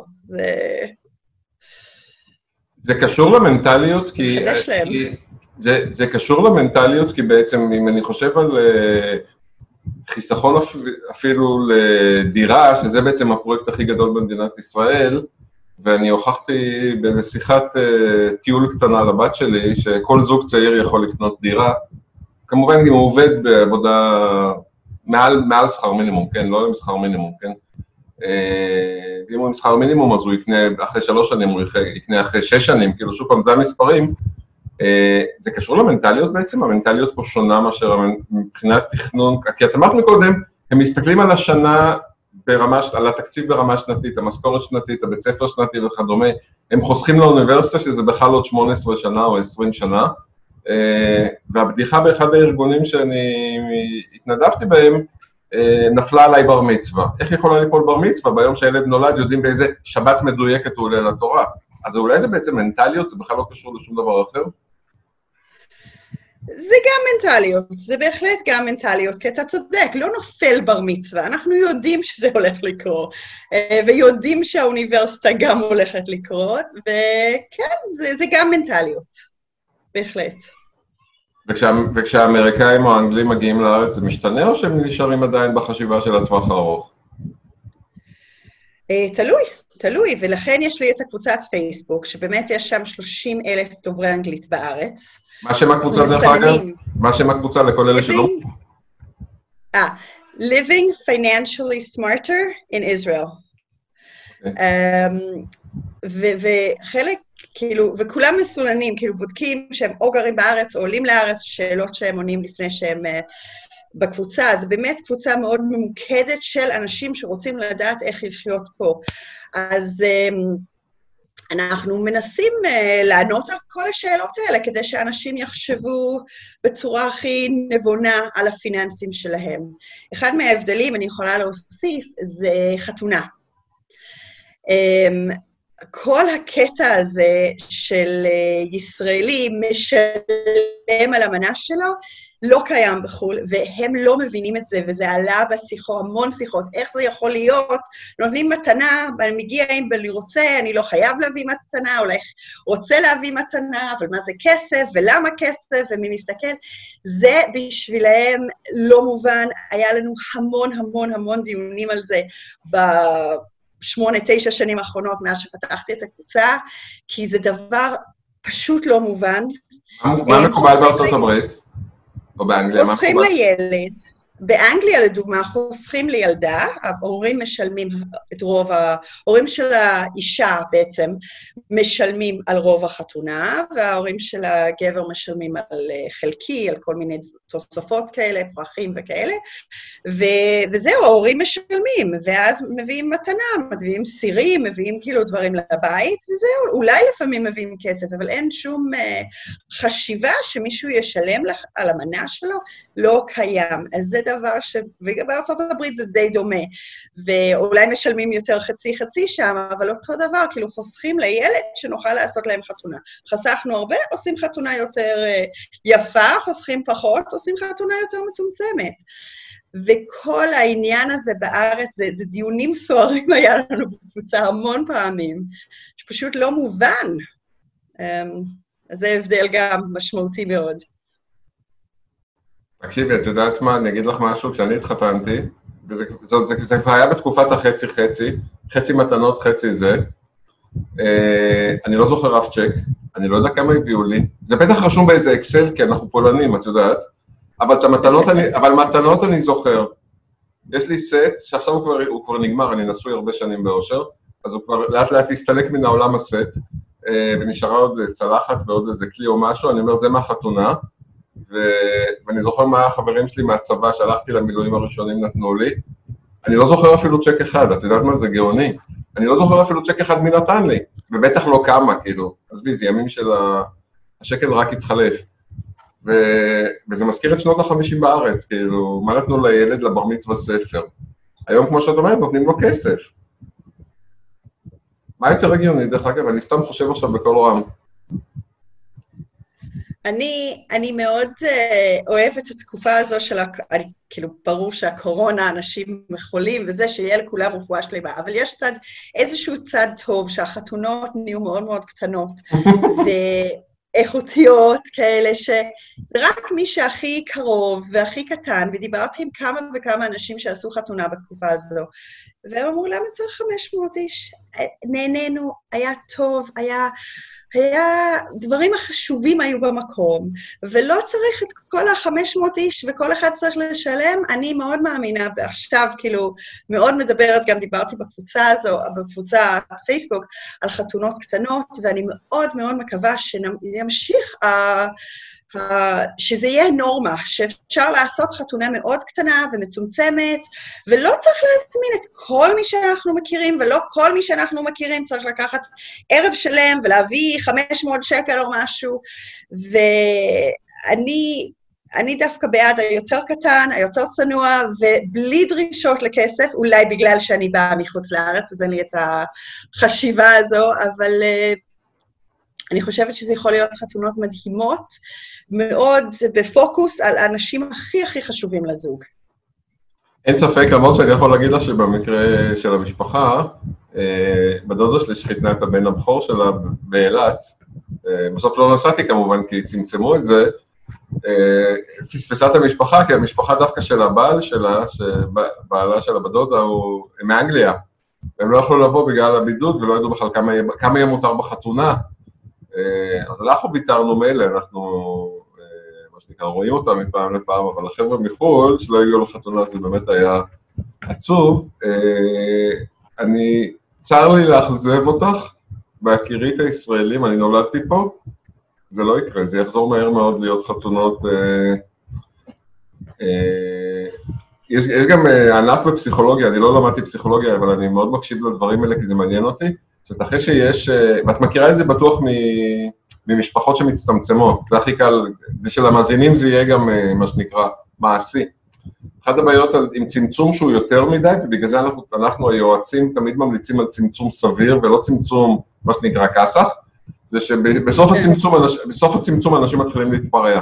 זה קשור למנטליות, כי... חדש להם. זה קשור למנטליות, כי בעצם, אם אני חושב על חיסכון אפילו לדירה, שזה בעצם הפרויקט הכי גדול במדינת ישראל, ואני הוכחתי באיזו שיחת טיול קטנה לבת שלי, שכל זוג צעיר יכול לקנות דירה, כמובן אם הוא עובד בעבודה מעל שכר מינימום, כן? לא עם שכר מינימום, כן? אם הוא עם שכר מינימום, אז הוא יקנה אחרי 3 שנים, הוא יקנה אחרי 6 שנים, כאילו שוב פעם, זה המספרים, זה קשור למנטליות בעצם, המנטליות פה שונה מאשר מבחינת תכנון, כי את אמרת מקודם, הם מסתכלים על השנה על התקציב ברמה שנתית, המשכורת שנתית, הבית ספר שנתי וכדומה, הם חוסכים לאוניברסיטה שזה בכלל עוד 18 שנה או 20 שנה, והבדיחה באחד הארגונים שאני התנדבתי בהם, נפלה עליי בר מצווה. איך יכולה ליפול בר מצווה? ביום שהילד נולד יודעים באיזה שבת מדויקת הוא עולה לתורה. אז אולי זה בעצם מנטליות, זה בכלל לא קשור לשום דבר אחר? זה גם מנטליות, זה בהחלט גם מנטליות, כי אתה צודק, לא נופל בר מצווה, אנחנו יודעים שזה הולך לקרות, ויודעים שהאוניברסיטה גם הולכת לקרות, וכן, זה גם מנטליות, בהחלט. וכשהאמריקאים או האנגלים מגיעים לארץ, זה משתנה או שהם נשארים עדיין בחשיבה של הטווח הארוך? תלוי, ולכן יש לי את הקבוצת פייסבוק, שבאמת יש שם 30,000 דוברי אנגלית בארץ. מה שם הקבוצה דרך אגב? מה שם הקבוצה לכל אלה שלא? Living Financially Smarter in Israel. וחלק, כאילו, וכולם מסולנים, כאילו בודקים שהם או גרים בארץ או עולים לארץ, שאלות שהם עונים לפני שהם בקבוצה. זה באמת קבוצה מאוד ממוקדת של אנשים שרוצים לדעת איך לחיות פה. אז אנחנו מנסים לענות על כל השאלות האלה, כדי שאנשים יחשבו בצורה הכי נבונה על הפיננסים שלהם. אחד מההבדלים, אני יכולה להוסיף, זה חתונה. כל הקטע הזה של ישראלי משלם על המנה שלו, לא קיים בחו"ל, והם לא מבינים את זה, וזה עלה בשיחות, המון שיחות, איך זה יכול להיות, נותנים מתנה, ואני מגיע אם אני רוצה, אני לא חייב להביא מתנה, אולי רוצה להביא מתנה, אבל מה זה כסף, ולמה כסף, ומי מסתכל, זה בשבילהם לא מובן, היה לנו המון דיונים על זה, 8-9 שנים האחרונות מאז שפתחתי את הקבוצה, כי זה דבר פשוט לא מובן. מה מקובל בארצות הברית? או באנגליה? חוסכים לילד. באנגליה, לדוגמה, חוסכים לילדה, ההורים משלמים את רוב, ההורים של האישה בעצם משלמים על רוב החתונה, וההורים של הגבר משלמים על חלקי, על כל מיני תוספות כאלה, פרחים וכאלה, וזהו, ההורים משלמים, ואז מביאים מתנה, מביאים סירים, מביאים כאילו דברים לבית, וזהו, אולי לפעמים מביאים כסף, אבל אין שום חשיבה שמישהו ישלם על המנה שלו, לא קיים. אז זה דבר וגם בארצות הברית זה די דומה, ואולי משלמים יותר חצי שם, אבל אותו דבר, כאילו חוסכים לילד שנוכל לעשות להם חתונה. חסכנו הרבה, עושים חתונה יותר יפה, חוסכים פחות, עושים חתונה יותר מצומצמת. וכל העניין הזה בארץ, זה דיונים סוערים היה לנו בקבוצה המון פעמים, שפשוט לא מובן. אז זה הבדל גם משמעותי מאוד. תקשיבי, את יודעת מה, אני אגיד לך משהו, כשאני התחתנתי, זה כבר היה בתקופת החצי-חצי, חצי מתנות, חצי זה, אני לא זוכר אף צ'ק, אני לא יודע כמה הביאו לי, זה בטח רשום באיזה אקסל, כי אנחנו פולנים, את יודעת, אבל מתנות אני זוכר. יש לי סט, שעכשיו הוא כבר נגמר, אני נשוי הרבה שנים באושר, אז הוא כבר לאט לאט הסתלק מן העולם הסט, ונשארה עוד צלחת ועוד איזה כלי או משהו, אני אומר, זה מהחתונה, ואני זוכר מה החברים שלי מהצבא, שהלכתי למילואים הראשונים נתנו לי, אני לא זוכר אפילו צ'ק אחד, את יודעת מה, זה גאוני, אני לא זוכר אפילו צ'ק אחד מי נתן לי, ובטח לא כמה, כאילו, אז זה ימים של השקל רק התחלף, וזה מזכיר את שנות ה-50 בארץ, כאילו, מה נתנו לילד לבר מצווה ספר? היום, כמו שאת אומרת, נותנים לו כסף. מה יותר הגיוני, דרך אגב? אני סתם חושב עכשיו בכל רם. אני מאוד אוהבת את התקופה הזו של, כאילו, ברור שהקורונה, אנשים חולים, וזה שיהיה לכולם רפואה שלמה, אבל יש איזשהו צד טוב, שהחתונות נהיו מאוד מאוד קטנות, ואיכותיות כאלה, שזה רק מי שהכי קרוב והכי קטן, ודיברתי עם כמה וכמה אנשים שעשו חתונה בתקופה הזו, והם אמרו, למה צריך 500 איש? נהנינו, היה טוב, דברים החשובים היו במקום, ולא צריך את כל ה-500 איש, וכל אחד צריך לשלם. אני מאוד מאמינה, ועכשיו כאילו מאוד מדברת, גם דיברתי בקבוצה הזו, בקבוצת פייסבוק, על חתונות קטנות, ואני מאוד מאוד מקווה שימשיך שזה יהיה נורמה, שאפשר לעשות חתונה מאוד קטנה ומצומצמת, ולא צריך להזמין את כל מי שאנחנו מכירים, ולא כל מי שאנחנו מכירים צריך לקחת ערב שלם ולהביא 500 שקל או משהו, ואני דווקא בעד היותר קטן, היותר צנוע, ובלי דרישות לכסף, אולי בגלל שאני באה מחוץ לארץ, אז אין לי את החשיבה הזו, אבל אני חושבת שזה יכול להיות חתונות מדהימות, מאוד בפוקוס על האנשים הכי הכי חשובים לזוג. אין ספק, למרות שאני יכול להגיד לך שבמקרה של המשפחה, בדודה שלי שחיתנה את הבן הבכור שלה באילת, בסוף לא נסעתי כמובן כי צמצמו את זה, פספסה את המשפחה, כי המשפחה דווקא של הבעל שלה, שבעלה שלה בדודה הוא מאנגליה, והם לא יכלו לבוא בגלל הבידוד ולא ידעו בכלל כמה יהיה מותר בחתונה, אז אנחנו ויתרנו מילא, אנחנו, מה שנקרא, רואים אותם מפעם לפעם, אבל החבר'ה מחו"ל, שלא הגיעו לחתונה, זה באמת היה עצוב. צר לי לאכזב אותך, בהכירי את הישראלים, אני נולדתי פה, זה לא יקרה, זה יחזור מהר מאוד להיות חתונות. יש גם ענף בפסיכולוגיה, אני לא למדתי פסיכולוגיה, אבל אני מאוד מקשיב לדברים האלה, כי זה מעניין אותי, שאחרי שיש, ואת מכירה את זה בטוח ממשפחות שמצטמצמות, זה הכי קל, של המאזינים זה יהיה גם מה שנקרא מעשי. אחת הבעיות עם צמצום שהוא יותר מדי, ובגלל זה אנחנו היועצים תמיד ממליצים על צמצום סביר, ולא צמצום מה שנקרא כסח, זה שבסוף הצמצום אנשים מתחילים להתפרע.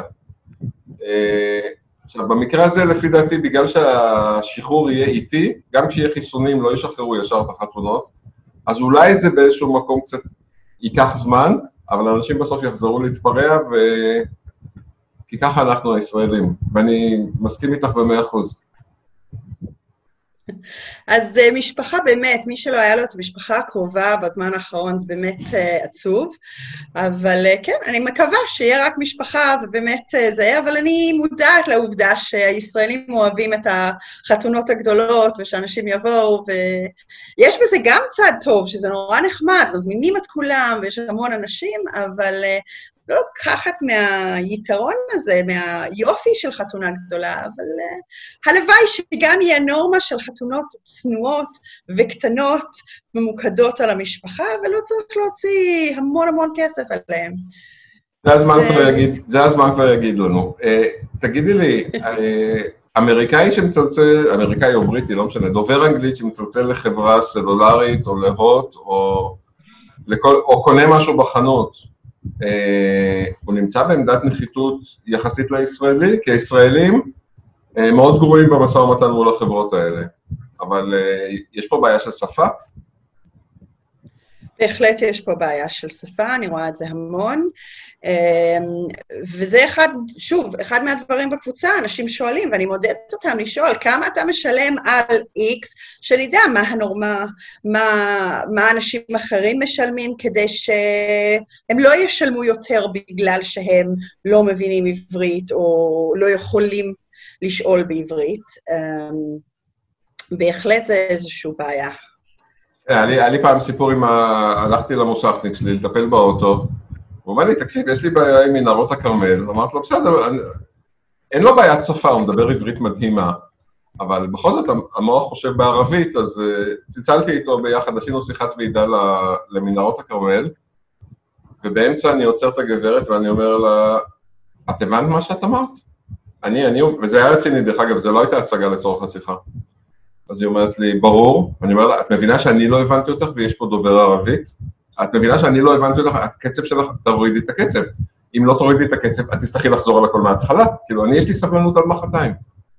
עכשיו, במקרה הזה, לפי דעתי, בגלל שהשחרור יהיה איטי, גם כשיהיה חיסונים לא ישחררו ישר את החתונות, אז אולי זה באיזשהו מקום קצת ייקח זמן, אבל אנשים בסוף יחזרו להתפרע, כי ככה אנחנו הישראלים, ואני מסכים איתך ב100%. אז משפחה באמת, מי שלא היה לו את המשפחה הקרובה בזמן האחרון, זה באמת עצוב, אבל כן, אני מקווה שיהיה רק משפחה, ובאמת זה יהיה, אבל אני מודעת לעובדה שהישראלים אוהבים את החתונות הגדולות, ושאנשים יבואו, ויש בזה גם צד טוב, שזה נורא נחמד, מזמינים את כולם, ויש המון אנשים, אבל לא לקחת מהיתרון הזה, מהיופי של חתונה גדולה, אבל הלוואי שגם יהיה נורמה של חתונות צנועות וקטנות, ממוקדות על המשפחה, ולא צריך להוציא המון המון כסף עליהם. זה הזמן כבר יגיד לנו. תגידי לי, אמריקאי שמצלצל, אמריקאי או בריטי, לא משנה, דובר אנגלית שמצלצל לחברה סלולרית או להוט, או קונה משהו בחנות, הוא נמצא בעמדת נחיתות יחסית לישראלי, כי הישראלים מאוד גרועים במשא ומתן מול החברות האלה. אבל יש פה בעיה של שפה? בהחלט יש פה בעיה של שפה, אני רואה את זה המון. וזה אחד מהדברים בקבוצה, אנשים שואלים, ואני מודדת אותם לשאול, כמה אתה משלם על X, שנדע מה הנורמה, מה אנשים אחרים משלמים, כדי שהם לא ישלמו יותר בגלל שהם לא מבינים עברית, או לא יכולים לשאול בעברית. בהחלט זה איזושהי בעיה. היה לי פעם סיפור הלכתי למוסכניק שלי לטפל באוטו, הוא אומר לי, תקשיב, יש לי בעיה עם מנהרות הכרמל, אמרתי לו, בסדר, אין לו בעיית שפה, הוא מדבר עברית מדהימה, אבל בכל זאת המוח חושב בערבית, אז צלצלתי איתו ביחד, עשינו שיחת ועידה למנהרות הכרמל, ובאמצע אני עוצר את הגברת ואני אומר לה, את הבנת מה שאת אמרת? וזה היה רציני, דרך אגב, זה לא הייתה הצגה לצורך השיחה. אז היא אומרת לי, ברור, אני אומר לה, את מבינה שאני לא הבנתי אותך ויש פה דובר ערבית? את מבינה שאני לא הבנתי אותך, הקצב שלך, תורידי את הקצב. אם לא תורידי את הקצב, את תצטרכי לחזור על הכל מההתחלה. כאילו, יש לי סבלנות על מחרתיים.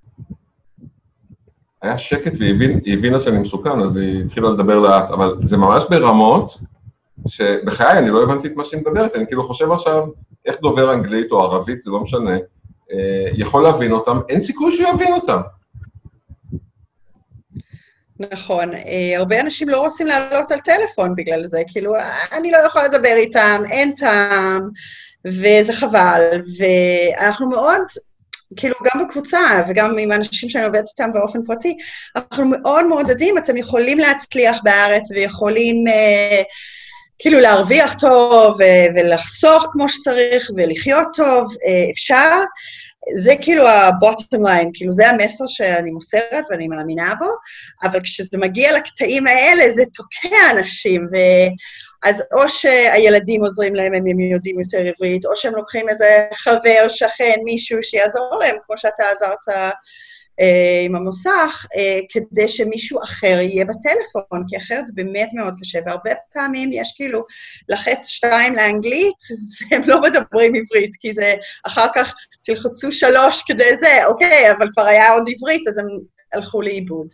היה שקט והיא הבינה שאני מסוכן, אז היא התחילה לדבר לאט, אבל זה ממש ברמות שבחיי אני לא הבנתי את מה שהיא מדברת, אני כאילו חושב עכשיו, איך דובר אנגלית או ערבית, זה לא משנה, יכול להבין אותם, אין סיכוי שהוא יבין אותם. נכון, הרבה אנשים לא רוצים לעלות על טלפון בגלל זה, כאילו, אני לא יכולה לדבר איתם, אין טעם, וזה חבל, ואנחנו מאוד, כאילו, גם בקבוצה, וגם עם האנשים שאני עובדת איתם באופן פרטי, אנחנו מאוד מעודדים, אתם יכולים להצליח בארץ, ויכולים, כאילו, להרוויח טוב, ולחסוך כמו שצריך, ולחיות טוב, אפשר, זה כאילו ה-bottom line, כאילו זה המסר שאני מוסרת ואני מאמינה בו, אבל כשזה מגיע לקטעים האלה, זה תוקע אנשים, אז או שהילדים עוזרים להם, הם יודעים יותר עברית, או שהם לוקחים איזה חבר, שכן, מישהו שיעזור להם, כמו שאתה עזרת עם המוסך, כדי שמישהו אחר יהיה בטלפון, כי אחרת זה באמת מאוד קשה, והרבה פעמים יש כאילו לחץ 2 לאנגלית, והם לא מדברים עברית, כי זה אחר כך תלחצו 3 כדי זה, אוקיי, אבל כבר היה עוד עברית, אז הם הלכו לאיבוד.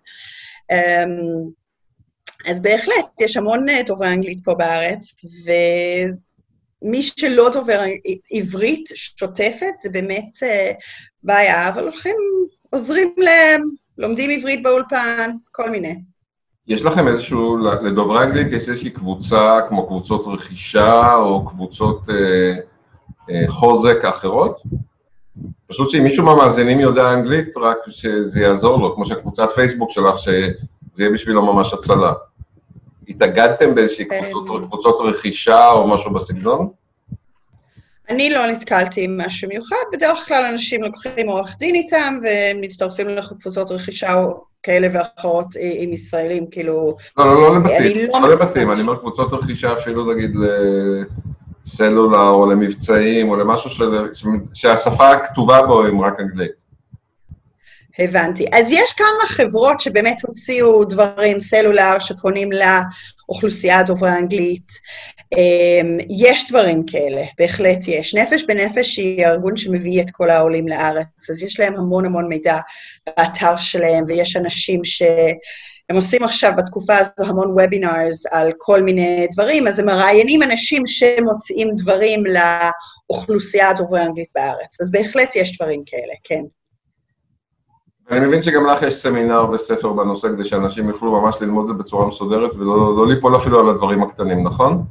אז בהחלט, יש המון דוברי אנגלית פה בארץ, ומי שלא דובר עברית שוטפת, זה באמת בעיה, אבל הולכים, עוזרים להם, לומדים עברית באולפן, כל מיני. יש לכם איזשהו, לדוברי אנגלית יש איזושהי קבוצה, כמו קבוצות רכישה, או קבוצות חוזק אחרות? פשוט שאם מישהו מהמאזינים יודע אנגלית, רק שזה יעזור לו, כמו שקבוצת פייסבוק שלך, שזה יהיה בשבילו ממש הצלה. התאגדתם באיזושהי קבוצות רכישה או משהו בסגנון? אני לא נתקלתי עם משהו מיוחד, בדרך כלל אנשים לוקחים עורך דין איתם, והם מצטרפים לקבוצות רכישה או כאלה ואחרות עם ישראלים, כאילו... לא לבתים, אני אומר קבוצות רכישה אפילו נגיד לסלולר או למבצעים או למשהו שהשפה הכתובה בו היא רק אנגלית. הבנתי. אז יש כמה חברות שבאמת הוציאו דברים, סלולר, שפונים לאוכלוסייה דוברי האנגלית. יש דברים כאלה, בהחלט יש. נפש בנפש היא הארגון שמביא את כל העולים לארץ, אז יש להם המון המון מידע באתר שלהם, ויש אנשים שהם עושים עכשיו בתקופה הזו המון וובינארס על כל מיני דברים, אז הם מראיינים אנשים שמוצאים דברים לאוכלוסייה דוברי האנגלית בארץ. אז בהחלט יש דברים כאלה, כן. אני מבין שגם לך יש סמינר וספר בנושא, כדי שאנשים יוכלו ממש ללמוד זה בצורה מסודרת, ולא ליפול אפילו על הדברים הקטנים, נכון?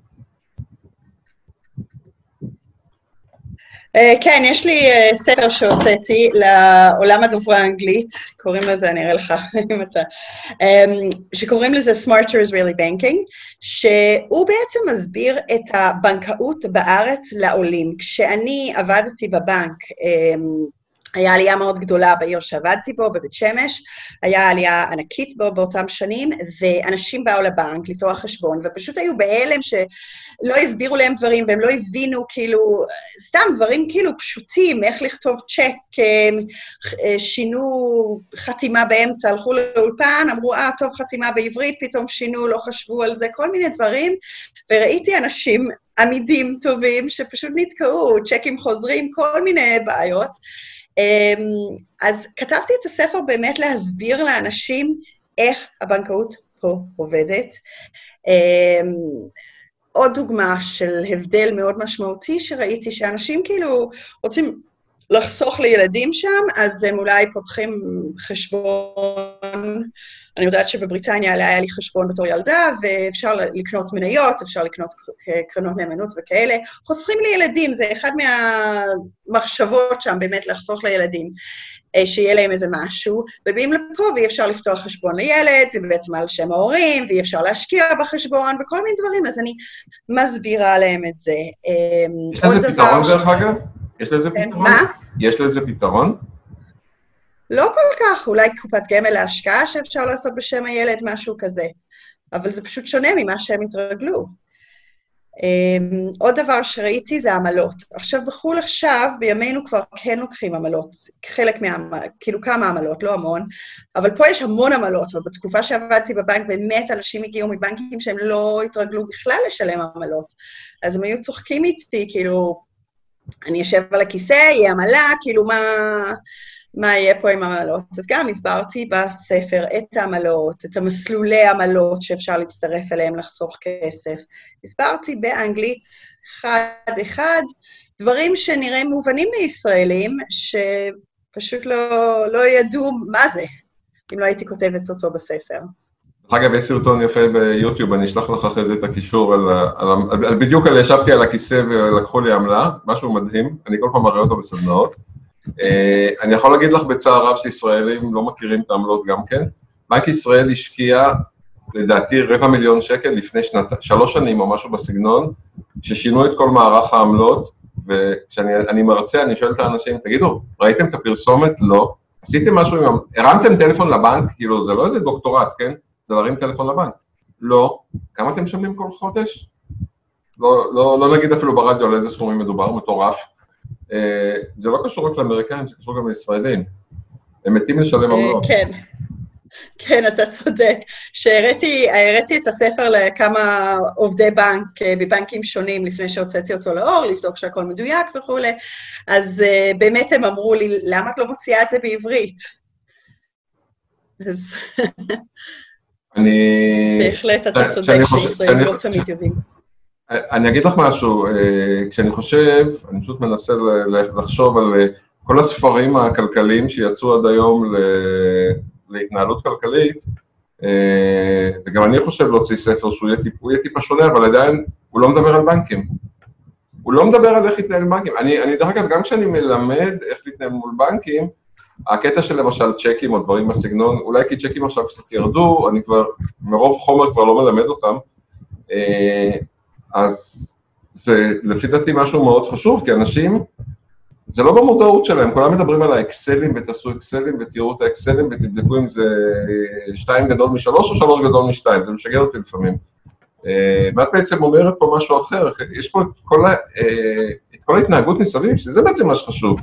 כן, יש לי ספר שהוצאתי לעולם הדוברי האנגלית, קוראים לזה, אני אראה לך אם אתה, שקוראים לזה Smarter Israeli Banking, שהוא בעצם מסביר את הבנקאות בארץ לעולים. כשאני עבדתי בבנק, היה עלייה מאוד גדולה בעיר שעבדתי בו, בבית שמש, היה עלייה ענקית בו באותם שנים, ואנשים באו לבנק לפתוח חשבון, ופשוט היו בהלם שלא הסבירו להם דברים, והם לא הבינו כאילו, סתם דברים כאילו פשוטים, איך לכתוב צ'ק, שינו חתימה באמצע, הלכו לאולפן, אמרו, טוב חתימה בעברית, פתאום שינו, לא חשבו על זה, כל מיני דברים, וראיתי אנשים עמידים טובים, שפשוט נתקעו, צ'קים חוזרים, כל מיני בעיות, אז כתבתי את הספר באמת להסביר לאנשים איך הבנקאות פה עובדת. עוד דוגמה של הבדל מאוד משמעותי שראיתי, שאנשים כאילו רוצים לחסוך לילדים שם, אז הם אולי פותחים חשבון, אני יודעת שבבריטניה היה לי חשבון בתור ילדה, ואפשר לקנות מניות, אפשר לקנות קרנות נאמנות וכאלה, חוסכים לילדים, זה אחד מהמחשבות שם באמת לחסוך לילדים, שיהיה להם איזה משהו, ובאים לפה ואי אפשר לפתוח חשבון לילד, זה בעצם על שם ההורים, ואי אפשר להשקיע בחשבון, וכל מיני דברים, אז אני מסבירה להם את זה. יש לזה פתרון דרך אגב? יש לזה פתרון? מה? יש לזה פתרון? לא כל כך, אולי קופת גמל להשקעה שאפשר לעשות בשם הילד, משהו כזה. אבל זה פשוט שונה ממה שהם התרגלו. עוד דבר שראיתי זה עמלות. עכשיו בחול עכשיו, בימינו כבר כן לוקחים עמלות, חלק כאילו כמה עמלות, לא המון, אבל פה יש המון עמלות, ובתקופה שעבדתי בבנק באמת אנשים הגיעו מבנקים שהם לא התרגלו בכלל לשלם עמלות. אז הם היו צוחקים איתי, כאילו, אני אשב על הכיסא, יהיה עמלה, כאילו מה יהיה פה עם עמלות. אז גם הסברתי בספר את העמלות, את המסלולי עמלות שאפשר להצטרף אליהם לחסוך כסף. הסברתי באנגלית אחד, דברים שנראים מובנים מישראלים, שפשוט לא ידעו מה זה, אם לא הייתי כותבת אותו בספר. אגב, יש סרטון יפה ביוטיוב, אני אשלח לך אחרי זה את הקישור, בדיוק ישבתי על הכיסא ולקחו לי עמלה, משהו מדהים, אני כל פעם מראה אותו בסדנאות. אני יכול להגיד לך בצער רב שישראלים לא מכירים את העמלות גם כן. בנק ישראל השקיע, לדעתי, 250,000 שקל לפני 3 שנים או משהו בסגנון, ששינו את כל מערך העמלות, וכשאני מרצה, אני שואל את האנשים, תגידו, ראיתם את הפרסומת? לא. עשיתם משהו, הרמתם טלפון לבנק? כאילו, זה לא איזה דוקטורט, כן? זה להרים טלפון לבנק. לא. כמה אתם משלמים כל חודש? לא נגיד אפילו ברדיו על איזה סכומים מדובר, מטורף. זה לא קשור רק לאמריקאים, זה קשור גם לישראלים. הם מתים לשלם עמלות. כן, אתה צודק. שהראיתי את הספר לכמה עובדי בנק, בבנקים שונים, לפני שהוצאתי אותו לאור, לבדוק שהכל מדויק וכו'. אז באמת הם אמרו לי, למה את לא מוציאה את זה בעברית? אז בהחלט אתה צודק שישראלים לא תמיד יודעים. אני אגיד לך משהו, כשאני חושב, אני פשוט מנסה לחשוב על כל הספרים הכלכליים שיצאו עד היום להתנהלות כלכלית, וגם אני חושב להוציא ספר שהוא יהיה טיפה שונה, אבל עדיין הוא לא מדבר על בנקים. הוא לא מדבר על איך להתנהל בנקים. אני דרך אגב, גם כשאני מלמד איך להתנהל מול בנקים, הקטע של למשל צ'קים או דברים בסגנון, אולי כי צ'קים עכשיו קצת ירדו, אני כבר, מרוב חומר כבר לא מלמד אותם, אז זה לפי דעתי משהו מאוד חשוב, כי אנשים, זה לא במודעות שלהם, כולם מדברים על האקסלים, ותעשו אקסלים, ותראו את האקסלים, ותבדקו אם זה 2 גדול מ3 או 3 גדול מ2, זה משגע אותי לפעמים. ואת בעצם אומרת פה משהו אחר, יש פה את כל ההתנהגות מסביב, שזה בעצם מה שחשוב.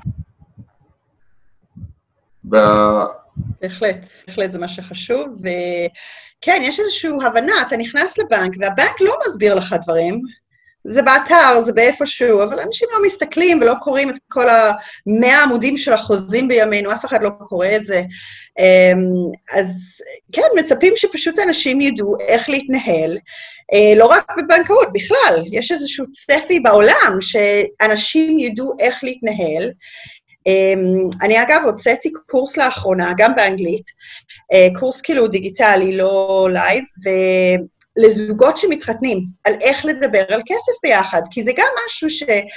בהחלט זה מה שחשוב, וכן, יש איזושהי הבנה, אתה נכנס לבנק, והבנק לא מסביר לך דברים, זה באתר, זה באיפשהו, אבל אנשים לא מסתכלים ולא קוראים את כל 100 עמודים של החוזים בימינו, אף אחד לא קורא את זה. אז כן, מצפים שפשוט אנשים ידעו איך להתנהל, לא רק בבנקאות, בכלל, יש איזשהו צפי בעולם שאנשים ידעו איך להתנהל, אני אגב הוצאתי קורס לאחרונה, גם באנגלית, קורס כאילו דיגיטלי, לא לייב, ולזוגות שמתחתנים, על איך לדבר על כסף ביחד, כי זה גם משהו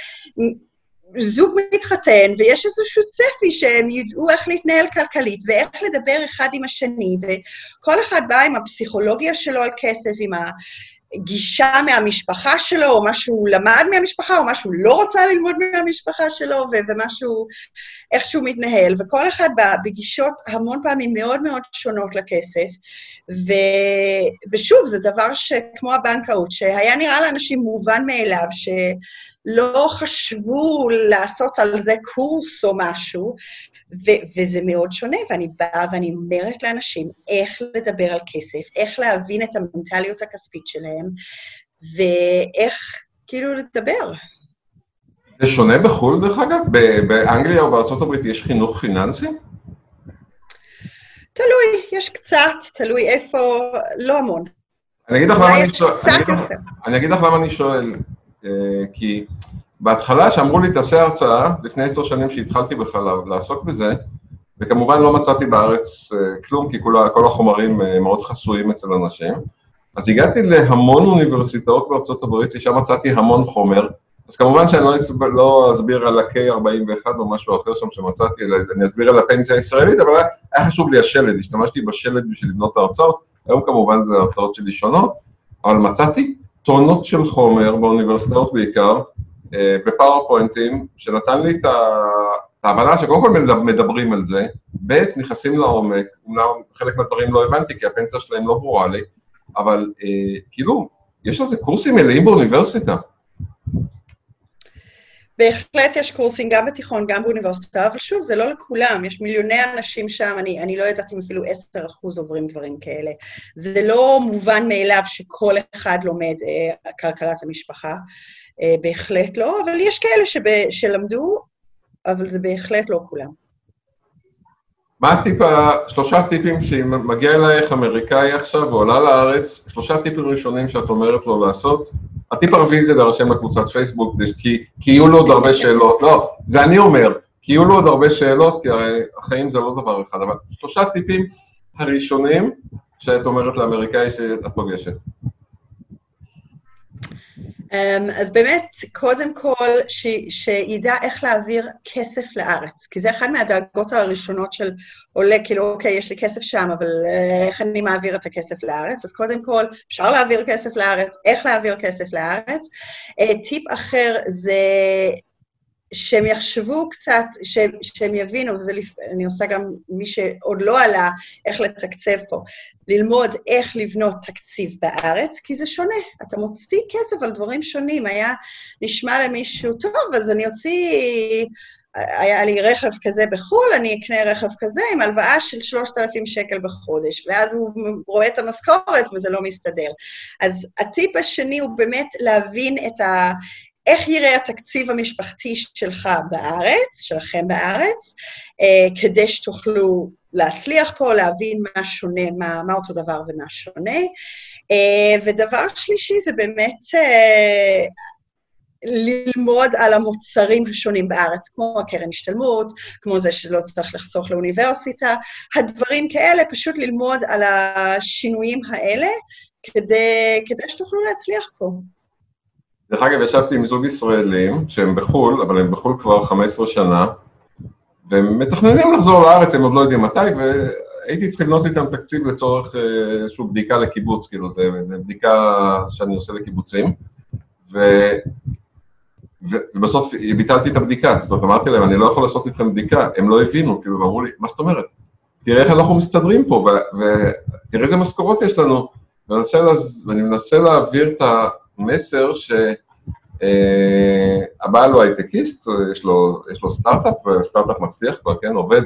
זוג מתחתן, ויש איזשהו צפי שהם ידעו איך להתנהל כלכלית, ואיך לדבר אחד עם השני, וכל אחד בא עם הפסיכולוגיה שלו על כסף, עם הגישה מהמשפחה שלו, או משהו למד מהמשפחה, או משהו לא רוצה ללמוד מהמשפחה שלו, ומשהו, איך שהוא מתנהל, וכל אחד בא בגישות המון פעמים מאוד מאוד שונות לכסף, ושוב, זה דבר שכמו הבנקאות, שהיה נראה לאנשים מובן מאליו, לא חשבו לעשות על זה קורס או משהו, וזה מאוד שונה, ואני באה ואני אומרת לאנשים איך לדבר על כסף, איך להבין את המנטליות הכספית שלהם, ואיך כאילו לדבר. זה שונה בחו"ל דרך אגב? באנגליה או בארצות הברית יש חינוך פיננסי? תלוי, יש קצת, תלוי איפה, לא המון. אני אגיד לך למה אני שואל, כי בהתחלה שאמרו לי תעשה הרצאה, לפני 10 שנים שהתחלתי בכלל לעסוק בזה, וכמובן לא מצאתי בארץ כלום, כי כל החומרים מאוד חסויים אצל אנשים, אז הגעתי להמון אוניברסיטאות בארצות הברית, ששם מצאתי המון חומר, אז כמובן שאני לא אסביר על ה-K41 או משהו אחר שם שמצאתי, אני אסביר על הפנסיה הישראלית, אבל היה חשוב לי השלד, השתמשתי בשלד בשביל לבנות את ההרצאות, היום כמובן זה הרצאות שלי שונות, אבל מצאתי טונות של חומר באוניברסיטאות בעיקר, בפאורפוינטים, שנתן לי את ההבנה שקודם כל מדברים על זה, ב' נכנסים לעומק, אומנם חלק מהדברים לא הבנתי, כי הפנסיה שלהם לא ברורה לי, אבל כאילו, יש על זה קורסים מלאים באוניברסיטה. בהחלט יש קורסים גם בתיכון, גם באוניברסיטה, אבל שוב, זה לא לכולם, יש מיליוני אנשים שם, אני לא יודעת אם אפילו 10% עוברים דברים כאלה. זה לא מובן מאליו שכל אחד לומד כלכלת המשפחה, בהחלט לא, אבל יש כאלה שלמדו, אבל זה בהחלט לא כולם. מה הטיפ, 3 טיפים שמגיע אלייך אמריקאי עכשיו ועולה לארץ, 3 טיפים ראשונים שאת אומרת לו לעשות? הטיפ הרביעי זה להירשם לקבוצת פייסבוק, כי יהיו לו עוד הרבה שאלות, לא, זה אני אומר, כי יהיו לו עוד הרבה שאלות, כי הרי החיים זה לא דבר אחד, אבל 3 טיפים הראשונים שאת אומרת לאמריקאי שאת פוגשת. אז באמת, קודם כל, שידע איך להעביר כסף לארץ, כי זה אחד מהדאגות הראשונות של עולה, כאילו, אוקיי, יש לי כסף שם, אבל איך אני מעביר את הכסף לארץ? אז קודם כל, אפשר להעביר כסף לארץ, איך להעביר כסף לארץ. טיפ אחר זה שהם יחשבו קצת, שהם יבינו, אני עושה גם מי שעוד לא עלה, איך לתקצב פה, ללמוד איך לבנות תקציב בארץ, כי זה שונה. אתה מוציא כסף על דברים שונים, היה נשמע למישהו, טוב, אז אני אוציא, היה לי רכב כזה בחול, אני אקנה רכב כזה עם הלוואה של 3,000 שקל בחודש, ואז הוא רואה את המשכורת וזה לא מסתדר. אז הטיפ השני הוא באמת להבין איך יראה התקציב המשפחתי שלך בארץ, שלכם בארץ, כדי שתוכלו להצליח פה, להבין מה שונה, מה אותו דבר ומה שונה. ודבר שלישי זה באמת ללמוד על המוצרים השונים בארץ, כמו הקרן השתלמות, כמו זה שלא צריך לחסוך לאוניברסיטה, הדברים כאלה, פשוט ללמוד על השינויים האלה, כדי שתוכלו להצליח פה. דרך אגב, ישבתי עם זוג ישראלים, שהם בחול, אבל הם בחול כבר 15 שנה, והם מתכננים לחזור לארץ, הם עוד לא יודעים מתי, והייתי צריך לבנות איתם תקציב לצורך איזושהי בדיקה לקיבוץ, כאילו, זה בדיקה שאני עושה לקיבוצים, ובסוף ביטלתי את הבדיקה, זאת אומרת, אמרתי להם, אני לא יכול לעשות איתכם בדיקה, הם לא הבינו, כאילו, ואמרו לי, מה זאת אומרת? תראה איך אנחנו מסתדרים פה, ותראה איזה משכורות יש לנו, ואני מנסה להעביר את מסר שהבעל הוא הייטקיסט, יש לו סטארט-אפ, וסטארט-אפ מצליח כבר, כן, עובד,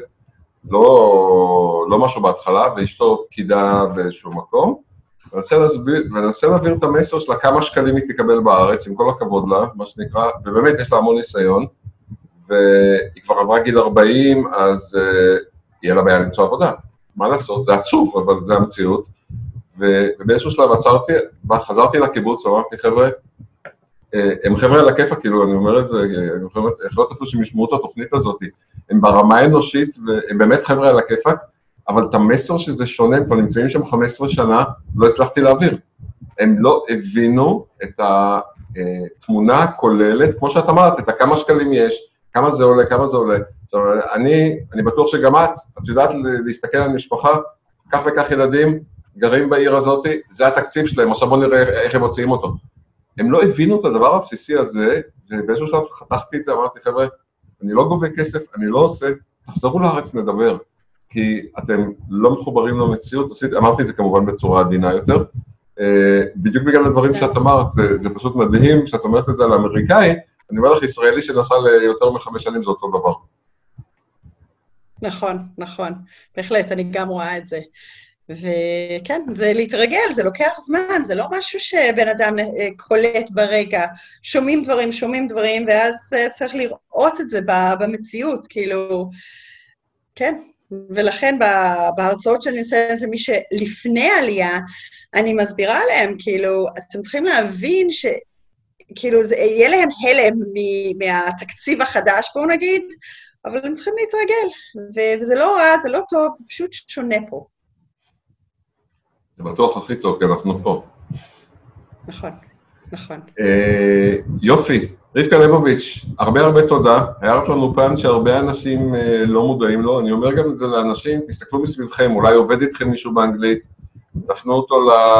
לא משהו בהתחלה, ואשתו פקידה באיזשהו מקום, וננסה להעביר את המסר שלה כמה שקלים היא תקבל בארץ, עם כל הכבוד לה, מה שנקרא, ובאמת יש לה המון ניסיון, והיא כבר עברה גיל 40, אז יהיה לה בעיה למצוא עבודה. מה לעשות? זה עצוב, אבל זה המציאות. ובאיזשהו שלב חזרתי לקיבוץ ואמרתי, חבר'ה, הם חבר'ה על הכיפה, כאילו, אני אומר את זה, הם חבר'ה אפילו שהם ישמעו את התוכנית הזאת, הם ברמה האנושית, והם באמת חבר'ה על הכיפה, אבל את המסר שזה שונה, הם כבר נמצאים שם 15 שנה, לא הצלחתי להעביר. הם לא הבינו את התמונה הכוללת, כמו שאת אמרת, את כמה שקלים יש, כמה זה עולה, כמה זה עולה. עכשיו, אני בטוח שגם את יודעת להסתכל על משפחה, כך וכך ילדים גרים בעיר הזאת, זה התקציב שלהם, עכשיו בואו נראה איך הם מוציאים אותו. הם לא הבינו את הדבר הבסיסי הזה, ובאיזשהו שלב חתכתי את זה, אמרתי, חבר'ה, אני לא גובה כסף, אני לא עושה, תחזרו לארץ נדבר, כי אתם לא מחוברים למציאות, אמרתי את זה כמובן בצורה עדינה יותר, בדיוק בגלל הדברים שאת אמרת, זה פשוט מדהים, שאת אומרת את זה על האמריקאי, אני אומר לך, ישראלי שנסע ליותר מ5 שנים, זה אותו דבר. נכון, נכון, בהחלט, אני גם רואה את זה. וכן, זה להתרגל, זה לוקח זמן, זה לא משהו שבן אדם קולט ברגע, שומעים דברים, ואז צריך לראות את זה במציאות, כאילו, כן, ולכן בהרצאות שאני נותנת למי שלפני עלייה, אני מסבירה להם, כאילו, אתם צריכים להבין כאילו, יהיה להם הלם מהתקציב החדש, בואו נגיד, אבל הם צריכים להתרגל, וזה לא רע, זה לא טוב, זה פשוט שונה פה. זה בטוח הכי טוב, כי אנחנו פה. נכון, נכון. יופי, רבקה ליבוביץ', הרבה תודה. הערת לנו פעם שהרבה אנשים לא מודעים לו, אני אומר גם את זה לאנשים, תסתכלו מסביבכם, אולי עובד איתכם מישהו באנגלית, תפנו אותו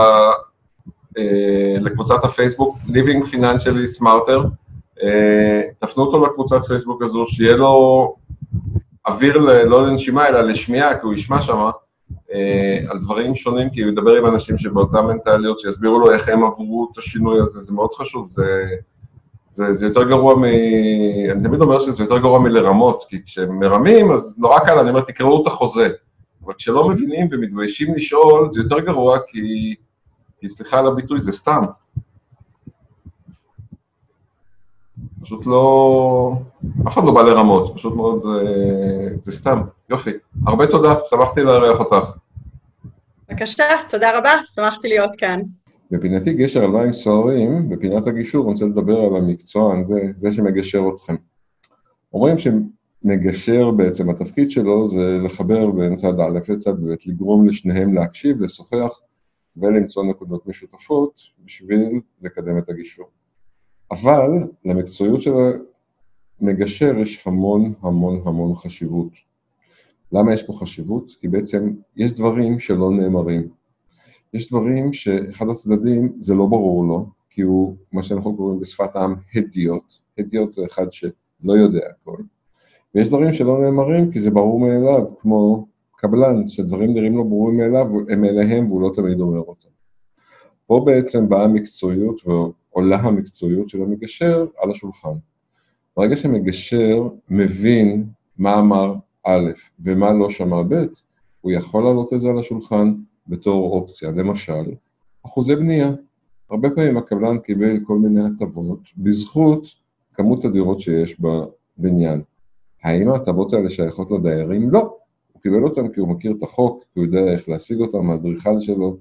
לקבוצת הפייסבוק, Living Financially Smarter, תפנו אותו לקבוצת פייסבוק הזו, שיהיה לו אוויר לא לנשימה, אלא לשמיעה, כי הוא ישמע שמה, על דברים שונים, כי הוא ידבר עם אנשים שבאותה מנטליות, שיסבירו לו איך הם עברו את השינוי הזה, זה מאוד חשוב, זה יותר גרוע אני תמיד אומר שזה יותר גרוע מלרמות, כי כשמרמים, אז נורא קל, אני אומר, תקראו את החוזה, אבל כשלא מבינים ומתביישים לשאול, זה יותר גרוע, כי סליחה על הביטוי, זה סתם. פשוט לא, אף אחד לא בא לרמות, פשוט מאוד, זה סתם, יופי. הרבה תודה, שמחתי לארח אותך. בבקשה, תודה רבה, שמחתי להיות כאן. בפינתי גשר על מים סוערים, בפינת הגישור, אני רוצה לדבר על המקצוען, זה שמגשר אתכם. אומרים שמגשר בעצם, התפקיד שלו זה לחבר בין צד א' לצד ב', לגרום לשניהם להקשיב, לשוחח, ולמצוא נקודות משותפות בשביל לקדם את הגישור. אבל למקצועיות של המגשר יש המון חשיבות. למה יש פה חשיבות? כי בעצם יש דברים שלא נאמרים. יש דברים שאחד הצדדים זה לא ברור לו, כי הוא, מה שאנחנו קוראים בשפת העם, הדיוט. הדיוט זה אחד שלא יודע הכל. ויש דברים שלא נאמרים כי זה ברור מאליו, כמו קבלן, שדברים נראים לו ברורים מאליו, הם אליהם והוא לא תמיד אומר אותם. פה בעצם באה המקצועיות ועולה המקצועיות של המגשר על השולחן. ברגע שמגשר מבין מה אמר א' ומה לא שמע ב', הוא יכול לעלות את זה על השולחן בתור אופציה. למשל, אחוזי בנייה. הרבה פעמים הקבלן קיבל כל מיני הטבות בזכות כמות הדירות שיש בבניין. האם ההטבות האלה שייכות לדיירים? לא. הוא קיבל אותם כי הוא מכיר את החוק, כי הוא יודע איך להשיג אותם מהאדריכל שלו,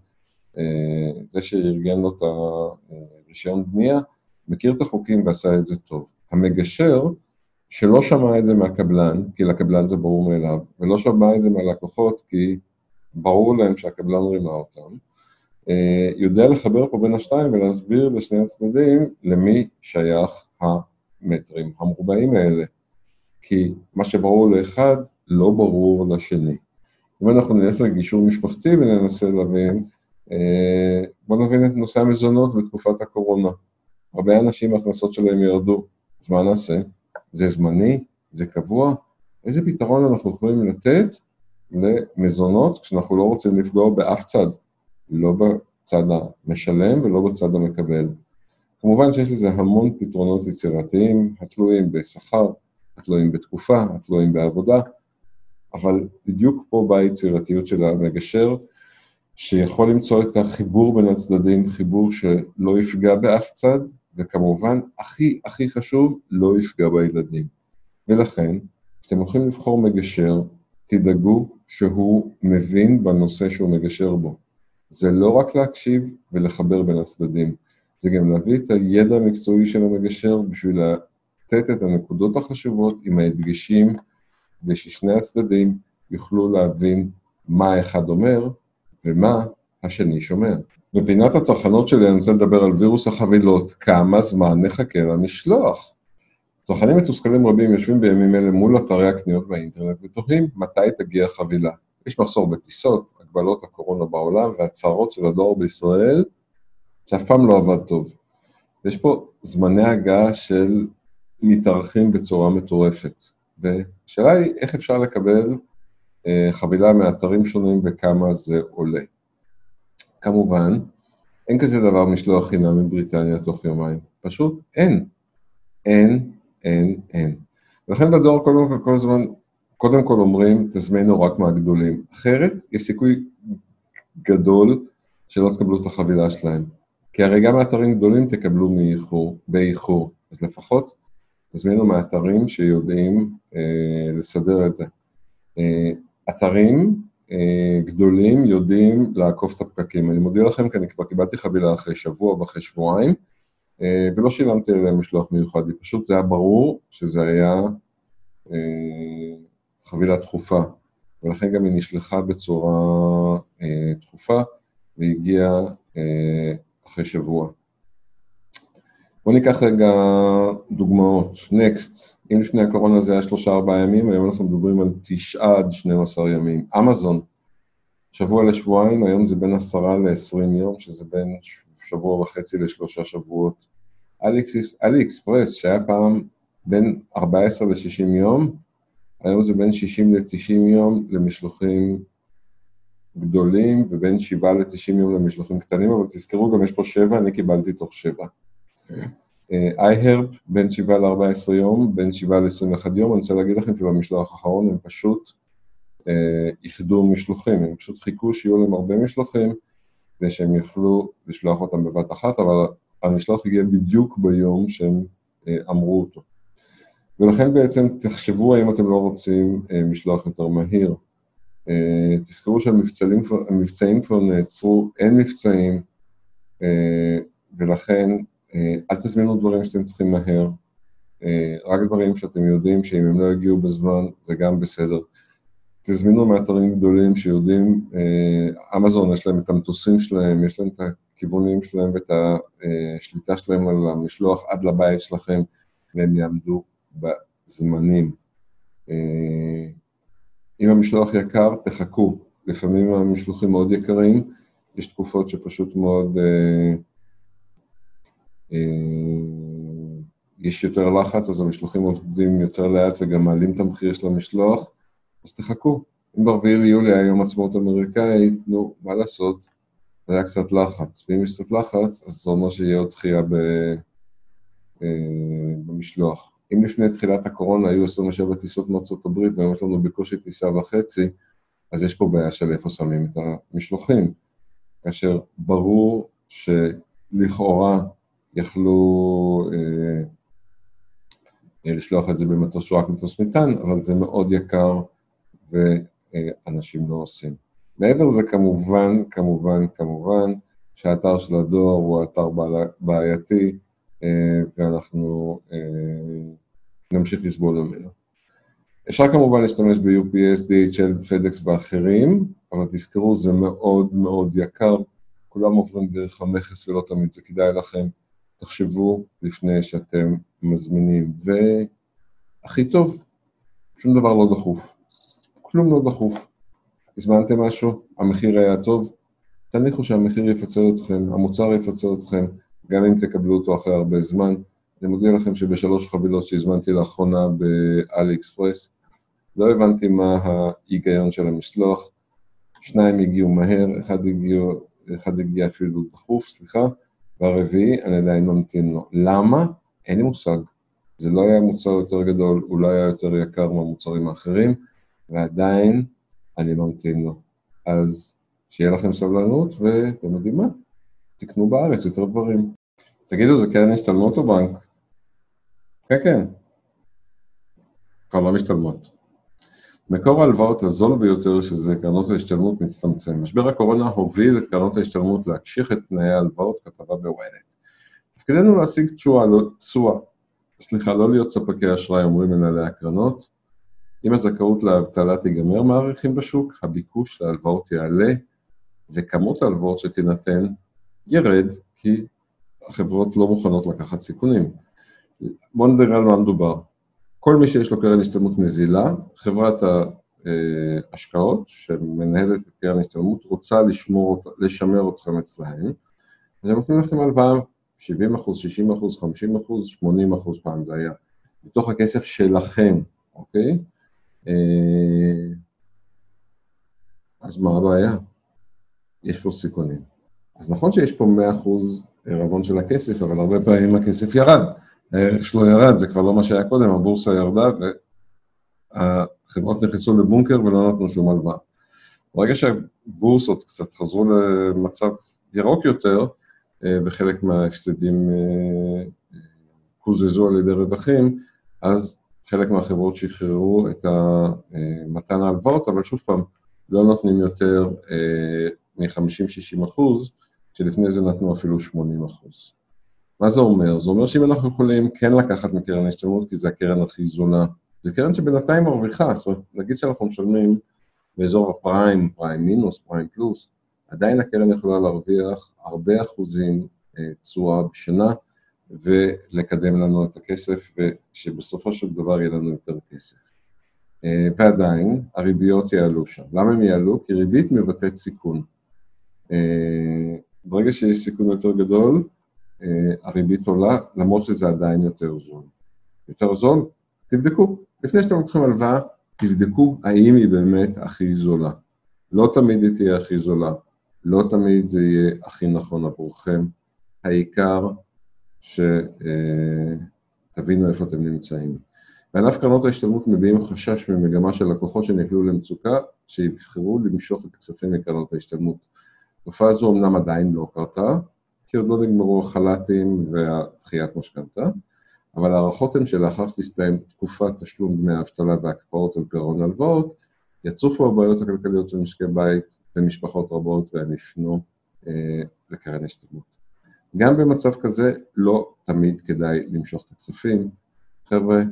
זה שארגן לו את הרישיון בנייה, מכיר את החוקים ועשה את זה טוב. המגשר, שלא שמע את זה מהקבלן, כי לקבלן זה ברור מאליו, ולא שמע את זה מהלקוחות, כי ברור להם שהקבלן רימה אותם, יודע לחבר פה בין השתיים ולהסביר לשני הצדדים למי שייך המטרים המרובעים האלה. כי מה שברור לאחד לא ברור לשני. אם אנחנו נלך לגישור משפחתי וננסה להבין, בואו נבין את נושא המזונות בתקופת הקורונה. הרבה אנשים ההכנסות שלהם ירדו. אז מה נעשה? זה זמני? זה קבוע? איזה פתרון אנחנו יכולים לתת למזונות כשאנחנו לא רוצים לפגוע באף צד? לא בצד המשלם ולא בצד המקבל. כמובן שיש לזה המון פתרונות יצירתיים, התלויים בשכר, התלויים בתקופה, התלויים בעבודה, אבל בדיוק פה באה היצירתיות של המגשר, שיכול למצוא את החיבור בין הצדדים, חיבור שלא יפגע באף צד, וכמובן, הכי חשוב, לא יפגע בילדים. ולכן, כשאתם הולכים לבחור מגשר, תדאגו שהוא מבין בנושא שהוא מגשר בו. זה לא רק להקשיב ולחבר בין הצדדים, זה גם להביא את הידע המקצועי של המגשר בשביל לתת את הנקודות החשובות עם ההדגשים, כדי ששני הצדדים יוכלו להבין מה האחד אומר ומה השני שומע. בפינת הצרכנות שלי אני רוצה לדבר על וירוס החבילות, כמה זמן נחכה למשלוח. צרכנים מתוסכלים רבים יושבים בימים אלה מול אתרי הקניות באינטרנט ותוהים מתי תגיע חבילה. יש מחסור בטיסות, הגבלות הקורונה בעולם והצהרות של הדואר בישראל, שאף פעם לא עבד טוב. יש פה זמני הגעה של מתארחים בצורה מטורפת. והשאלה היא איך אפשר לקבל חבילה מאתרים שונים וכמה זה עולה. כמובן, אין כזה דבר משלוח חינם מבריטניה תוך יומיים. פשוט אין. אין. ולכן בדואר כל הזמן, קודם כל אומרים, תזמינו רק מהגדולים. אחרת, יש סיכוי גדול שלא תקבלו את החבילה שלהם. כי הרי גם מאתרים גדולים תקבלו באיחור. אז לפחות, תזמינו מאתרים שיודעים לסדר את זה. אתרים גדולים יודעים לעקוף את הפקקים. אני מודיע לכם, כי אני כבר קיבלתי חבילה אחרי שבוע ואחרי שבועיים, ולא שילמתי עליהם משלוח מיוחד, פשוט זה היה ברור שזה היה חבילה דחופה, ולכן גם היא נשלחה בצורה דחופה, והגיעה אחרי שבוע. בואו ניקח רגע דוגמאות. Next, אם לפני הקורונה זה היה 3-4 ימים, היום אנחנו מדברים על 9 עד 12 ימים. אמזון, שבוע לשבועיים, היום זה בין 10 ל-20 יום, שזה בין שבוע וחצי ל3 שבועות. אלי אקספרס, שהיה פעם בין 14 ל-60 יום, היום זה בין 60 ל-90 יום למשלוחים גדולים, ובין 7 ל-90 יום למשלוחים קטנים, אבל תזכרו, גם יש פה 7, אני קיבלתי תוך 7. iHerb, בין 7 ל-14 יום, בין 7 ל-21 יום, אני רוצה להגיד לכם שבמשלוח האחרון הם פשוט איחדו משלוחים, הם פשוט חיכו שיהיו להם הרבה משלוחים, כדי שהם יוכלו לשלוח אותם בבת אחת, אבל המשלוח הגיע בדיוק ביום שהם אמרו אותו. ולכן בעצם תחשבו האם אתם לא רוצים משלוח יותר מהיר. תזכרו שהמבצעים כבר נעצרו, אין מבצעים, ולכן אל תזמינו דברים שאתם צריכים מהר, רק דברים שאתם יודעים שאם הם לא יגיעו בזמן, זה גם בסדר. תזמינו מאתרים גדולים שיודעים, אמזון יש להם את המטוסים שלהם, יש להם את הכיוונים שלהם ואת השליטה שלהם על המשלוח עד לבית שלכם, והם יעמדו בזמנים. אם המשלוח יקר, תחכו. לפעמים המשלוחים מאוד יקרים, יש תקופות שפשוט מאוד יש יותר לחץ, אז המשלוחים עובדים יותר לאט וגם מעלים את המחיר של המשלוח, אז תחכו. אם ב4 ליולי היה יום עצמאות אמריקאי, נו, מה לעשות? זה היה קצת לחץ. ואם יש קצת לחץ, אז זה אומר שיהיה עוד דחייה במשלוח. אם לפני תחילת הקורונה היו 27 טיסות מארצות הברית, והיום יש לנו בקושי טיסה וחצי, אז יש פה בעיה של איפה שמים את המשלוחים. כאשר ברור שלכאורה יכלו לשלוח את זה במטוס רק מטוס מטען, אבל זה מאוד יקר ואנשים לא עושים. מעבר זה כמובן שהאתר של הדואר הוא אתר בעייתי, ואנחנו נמשיך לסבול ממנו. אפשר כמובן להשתמש ב-UPS, DHL, FedEx ואחרים, אבל תזכרו, זה מאוד מאוד יקר, כולם עוברים דרך המכס ולא תמיד, זה כדאי לכם, תחשבו לפני שאתם מזמינים, והכי טוב, שום דבר לא דחוף, כלום לא דחוף. הזמנתם משהו, המחיר היה טוב, תניחו שהמחיר יפצל אתכם, המוצר יפצל אתכם, גם אם תקבלו אותו אחרי הרבה זמן. אני מודיע לכם שבשלוש חבילות שהזמנתי לאחרונה באלי אקספרס, לא הבנתי מה ההיגיון של המשלוח, 2 הגיעו מהר, אחד הגיע אפילו דחוף, והרביעי אני עדיין ממתין לו. למה? אין לי מושג. זה לא היה מוצר יותר גדול, הוא לא היה יותר יקר מהמוצרים האחרים, ועדיין אני ממתין לו. אז שיהיה לכם סבלנות, ואתם יודעים מה? תקנו בארץ יותר דברים. תגידו, זה קרן השתלמות או בנק? כן. כבר לא משתלמות. מקור ההלוואות הזול ביותר שזה קרנות ההשתלמות מצטמצם. משבר הקורונה הוביל את קרנות ההשתלמות להקשיח את תנאי ההלוואות, כתבה בוויינט. תפקידנו להשיג תשואה, לא להיות ספקי אשראי, אומרים מנהלי הקרנות. אם הזכאות לאבטלה תיגמר מעריכים בשוק, הביקוש להלוואות יעלה, וכמות ההלוואות שתינתן ירד, כי החברות לא מוכנות לקחת סיכונים. בואו נדבר על מה מדובר. כל מי שיש לו קרן השתלמות נזילה, חברת ההשקעות שמנהלת את קרן השתלמות רוצה לשמר אתכם אצלהם, אז הם נותנים לכם הלוואה 70%, 60%, 50%, 80% פעם זה היה, בתוך הכסף שלכם, אוקיי? אז מה הבעיה? יש פה סיכונים. אז נכון שיש פה 100% רבון של הכסף, אבל הרבה פעמים הכסף ירד. הערך שלו ירד, זה כבר לא מה שהיה קודם, הבורסה ירדה, והחברות נכנסו לבונקר ולא נתנו שום הלוואה. ברגע שהבורסות קצת חזרו למצב ירוק יותר, וחלק מההפסדים קוזזו על ידי רווחים, אז חלק מהחברות שחררו את מתן ההלוואות, אבל שוב פעם, לא נותנים יותר מ-50-60%, שלפני זה נתנו אפילו 80%. מה זה אומר? זה אומר שאם אנחנו יכולים כן לקחת מקרן השתלמות, כי זה הקרן הכי זולה, זה קרן שבינתיים מרוויחה, זאת אומרת, נגיד שאנחנו משלמים באזור הפריים, פריים מינוס, פריים פלוס, עדיין הקרן יכולה להרוויח הרבה אחוזים תשואה בשנה, ולקדם לנו את הכסף, ושבסופו של דבר יהיה לנו יותר כסף. ועדיין, הריביות יעלו שם. למה הם יעלו? כי ריבית מבטאת סיכון. ברגע שיש סיכון יותר גדול, הריבית עולה, למרות שזה עדיין יותר זול. יותר זול? תבדקו. לפני שאתם לוקחים הלוואה, תבדקו האם היא באמת הכי זולה. לא תמיד היא תהיה הכי זולה. לא תמיד זה יהיה הכי נכון עבורכם. העיקר שתבינו איפה אתם נמצאים. בענף קרנות ההשתלמות מביאים חשש ממגמה של לקוחות שנקלעו למצוקה, שיבחרו למשוך את הכספים מקרנות ההשתלמות. תופעה זו אמנם עדיין לא קרתה, כי עוד לא נגמרו החל"תים והדחיית משכנתא, אבל הערכות הן שלאחר שתסתיים תקופת תשלום דמי האבטלה והקפאות על פירעון הלוואות, יצופו הבעיות הכלכליות של משקי בית ומשפחות רבות והם יפנו לקרן השתלמות. גם במצב כזה לא תמיד כדאי למשוך את הכספים. חבר'ה,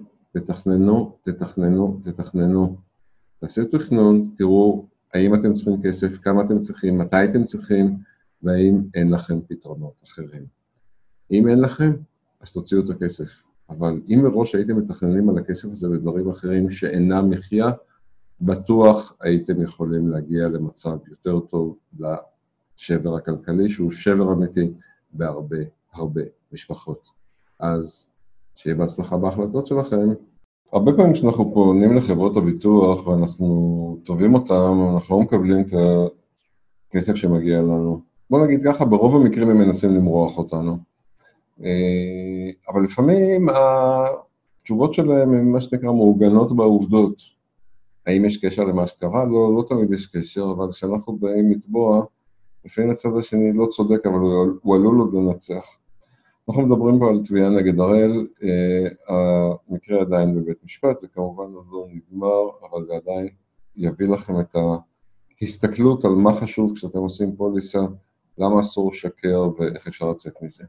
תתכננו. תעשו תכנון, תראו האם אתם צריכים כסף, כמה אתם צריכים, מתי אתם צריכים, והאם אין לכם פתרונות אחרים. אם אין לכם, אז תוציאו את הכסף. אבל אם מראש הייתם מתכננים על הכסף הזה לדברים אחרים שאינם מחיה, בטוח הייתם יכולים להגיע למצב יותר טוב לשבר הכלכלי, שהוא שבר אמיתי בהרבה משפחות. אז שיהיה בהצלחה בהחלטות שלכם. הרבה פעמים כשאנחנו פונים לחברות הביטוח ואנחנו טובים אותם, אנחנו לא מקבלים את הכסף שמגיע לנו. בוא נגיד ככה, ברוב המקרים הם מנסים למרוח אותנו. אבל לפעמים התשובות שלהם הן מה שנקרא מעוגנות בעובדות. האם יש קשר למה שקרה? לא תמיד יש קשר, אבל כשאנחנו באים לתבוע, לפעמים הצד השני לא צודק, אבל הוא עלול עוד לנצח. אנחנו מדברים פה על תביעה נגד הראל, המקרה עדיין בבית משפט, זה כמובן עוד לא נגמר, אבל זה עדיין יביא לכם את ההסתכלות על מה חשוב כשאתם עושים פוליסה, למה אסור לשקר ואיך אפשר לצאת מזה.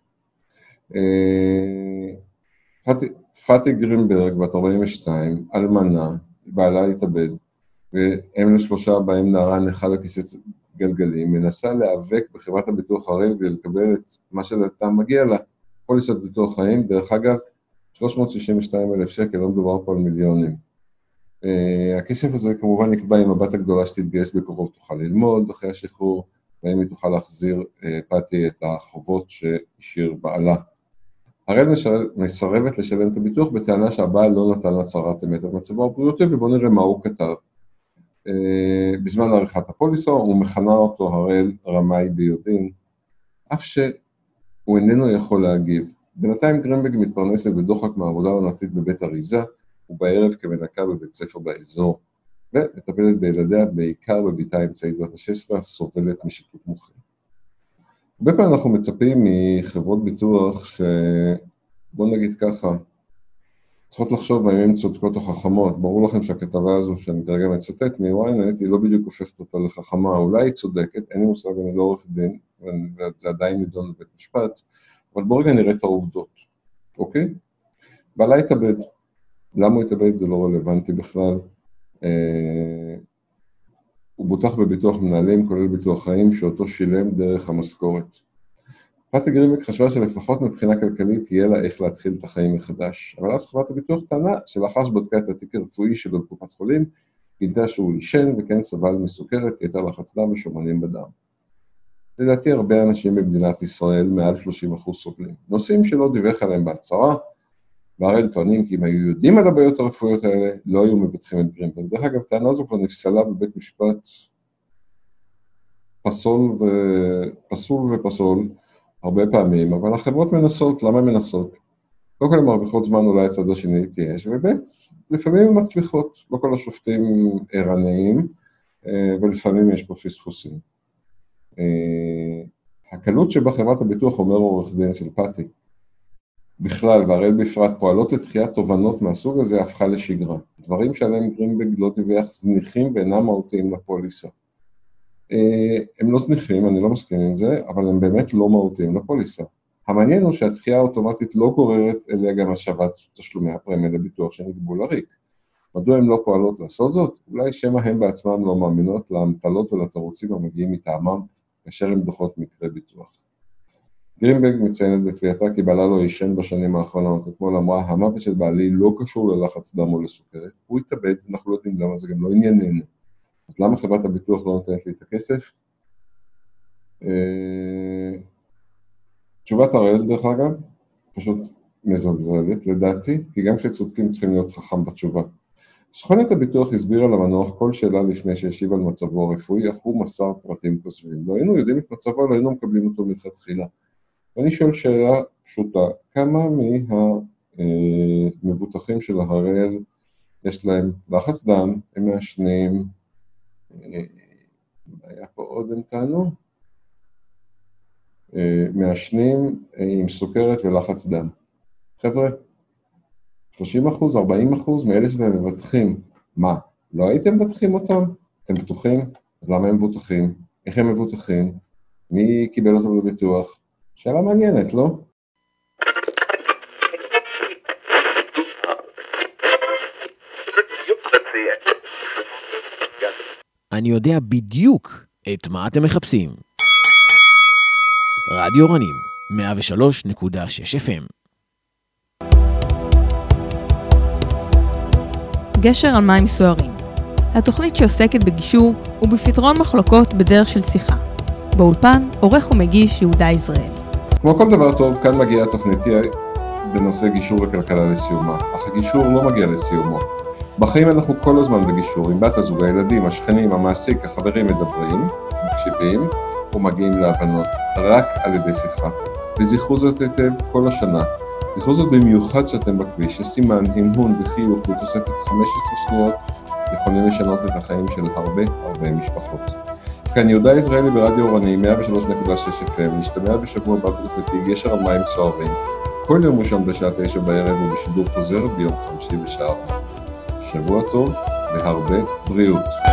פאטי גרינברג, בת 42, אלמנה, בעלה להתאבד, והם לשלושה בהם נערה נכה לכיסא גלגלים, מנסה להיאבק בחברת הביטוח הראל כדי לקבל את מה שלדעתם מגיע לה. פוליסת ביטוח חיים, דרך אגב, 362,000 שקל, לא מדובר פה על מיליונים. הכסף הזה כמובן נקבע עם הבת הגדולה שתתגייס בקרוב תוכל ללמוד אחרי השחרור, והאם היא תוכל להחזיר פאטי את החובות שהשאיר בעלה. הראל מסרבת לשלם את הביטוח בטענה שהבעל לא נתן הצהרת אמת על מצבו הבריאותי, ובואו נראה מה הוא כתב. בזמן עריכת הפוליסה הוא מכנה אותו הראל רמאי ביודעין, אף שהוא איננו יכול להגיב. בינתיים גרינברג מתפרנסת בדוחק מעבודה עונתית בבית אריזה, ובערב כמנקה בבית ספר באזור, ומטפלת בילדיה בעיקר בביתה האמצעית בת ה-16, הסובלת משיתוק מוחין. הרבה פעמים אנחנו מצפים מחברות ביטוח בוא נגיד ככה, צריכות לחשוב האם הן צודקות או חכמות. ברור לכם שהכתבה הזו שאני כרגע מצטט מ-ynet, היא לא בדיוק הופכת אותה לחכמה, אולי היא צודקת, אין לי מושג, אני לא עורך דין, וזה עדיין נידון בבית משפט, אבל בואו רגע נראה את העובדות, אוקיי? בעלה התאבד. למה הוא התאבד? זה לא רלוונטי בכלל. הוא בוטח בביטוח מנהלים, כולל ביטוח חיים, שאותו שילם דרך המשכורת. פאטי גרינברג חשבה שלפחות מבחינה כלכלית יהיה לה איך להתחיל את החיים מחדש. אבל אז חברת הביטוח טענה שלאחר שבדקה את התיק הרפואי שלו בקופת חולים, גילתה שהוא ישן וכן סבל מסוכרת, יתר לחץ דם ושומנים בדם. לדעתי הרבה אנשים במדינת ישראל, מעל 30% סובלים. נושאים שלא דיווח עליהם בהצהרה, והראל טוענים כי אם היו יודעים על הבעיות הרפואיות האלה, לא היו מבטחים את גרינברג. דרך אגב, טענה זו כבר נפסלה בבית משפט פסול ופסול הרבה פעמים, אבל החברות מנסות. למה מנסות? לא כל המרוויחות זמן אולי הצד השני תייש, ובית, לפעמים הן מצליחות, לא כל השופטים ערניים, ולפעמים יש פה פספוסים. הקלות שבה חברת הביטוח אומר עורך דין של פאטי, בכלל, והראל בפרט, פועלות לתחיית תובנות מהסוג הזה הפכה לשגרה. דברים שעליהם גרינברג לא דיווח זניחים ואינם מהותיים לפוליסה. הם לא זניחים, אני לא מסכים עם זה, אבל הם באמת לא מהותיים לפוליסה. המעניין הוא שהתחייה האוטומטית לא גוררת אליה גם השבת תשלומי הפרמיה לביטוח שנקבעו לריק. מדוע הן לא פועלות לעשות זאת? אולי שמא הם בעצמם לא מאמינות להמטלות ולתירוצים המגיעים מטעמם, כאשר הם דוחות מקרה ביטוח. גרינברג מציינת בפייתה כי בעלה לא ישן בשנים האחרונות. אתמול אמרה, המוות של בעלי לא קשור ללחץ דם או לסוכרת, הוא התאבד, אנחנו לא יודעים למה, זה גם לא ענייננו. אז למה חברת הביטוח לא נותנת לי את הכסף? תשובת הראל, דרך אגב, פשוט מזלזלת לדעתי, כי גם כשצודקים צריכים להיות חכם בתשובה. סוכנת הביטוח הסבירה למנוח כל שאלה לפני שהשיב על מצבו הרפואי, אך הוא מסר פרטים כוזבים. לא היינו יודעים את מצבו, לא היינו מקבלים אותו מלכתחילה. ואני שואל שאלה פשוטה, כמה מהמבוטחים של הראל יש להם לחץ דם, הם מעשנים, היה פה עוד הם טענו, מעשנים עם סוכרת ולחץ דם. חבר'ה, 30%, 40% מאלה שאתם מבטחים, מה? לא הייתם מבטחים אותם? אתם בטוחים? אז למה הם מבוטחים? איך הם מבוטחים? מי קיבל אותם לביטוח? שאלה מעניינת, לא? אני יודע בדיוק את מה אתם מחפשים. רדיו אורנים, 103.6 FM. גשר על מים סוערים. התוכנית שעוסקת בגישור ובפתרון מחלוקות בדרך של שיחה. באולפן, עורך ומגיש יהודה יזרעאלי. כמו כל דבר טוב, כאן מגיעה התוכניתי בנושא גישור וכלכלה לסיומה, אך הגישור לא מגיע לסיומו. בחיים אנחנו כל הזמן בגישור, עם בת הזוג, הילדים, השכנים, המעסיק, החברים מדברים, מקשיבים ומגיעים להבנות, רק על ידי שיחה. וזכרו זאת היטב כל השנה. זכרו זאת במיוחד שאתם בכביש, שסימן, הנהון וחיוך ותוספת 15 שניות יכולים לשנות את החיים של הרבה משפחות. כאן יהודה יזרעאלי ברדיו אורני, 103.6 FM, נשתמע בשבוע הבא בתוכניתי גשר על מים סוערים. כל יום ראשון בשעה 9 בערב ובשידור חוזר ביום חמישי בשעה 4. שבוע טוב והרבה בריאות.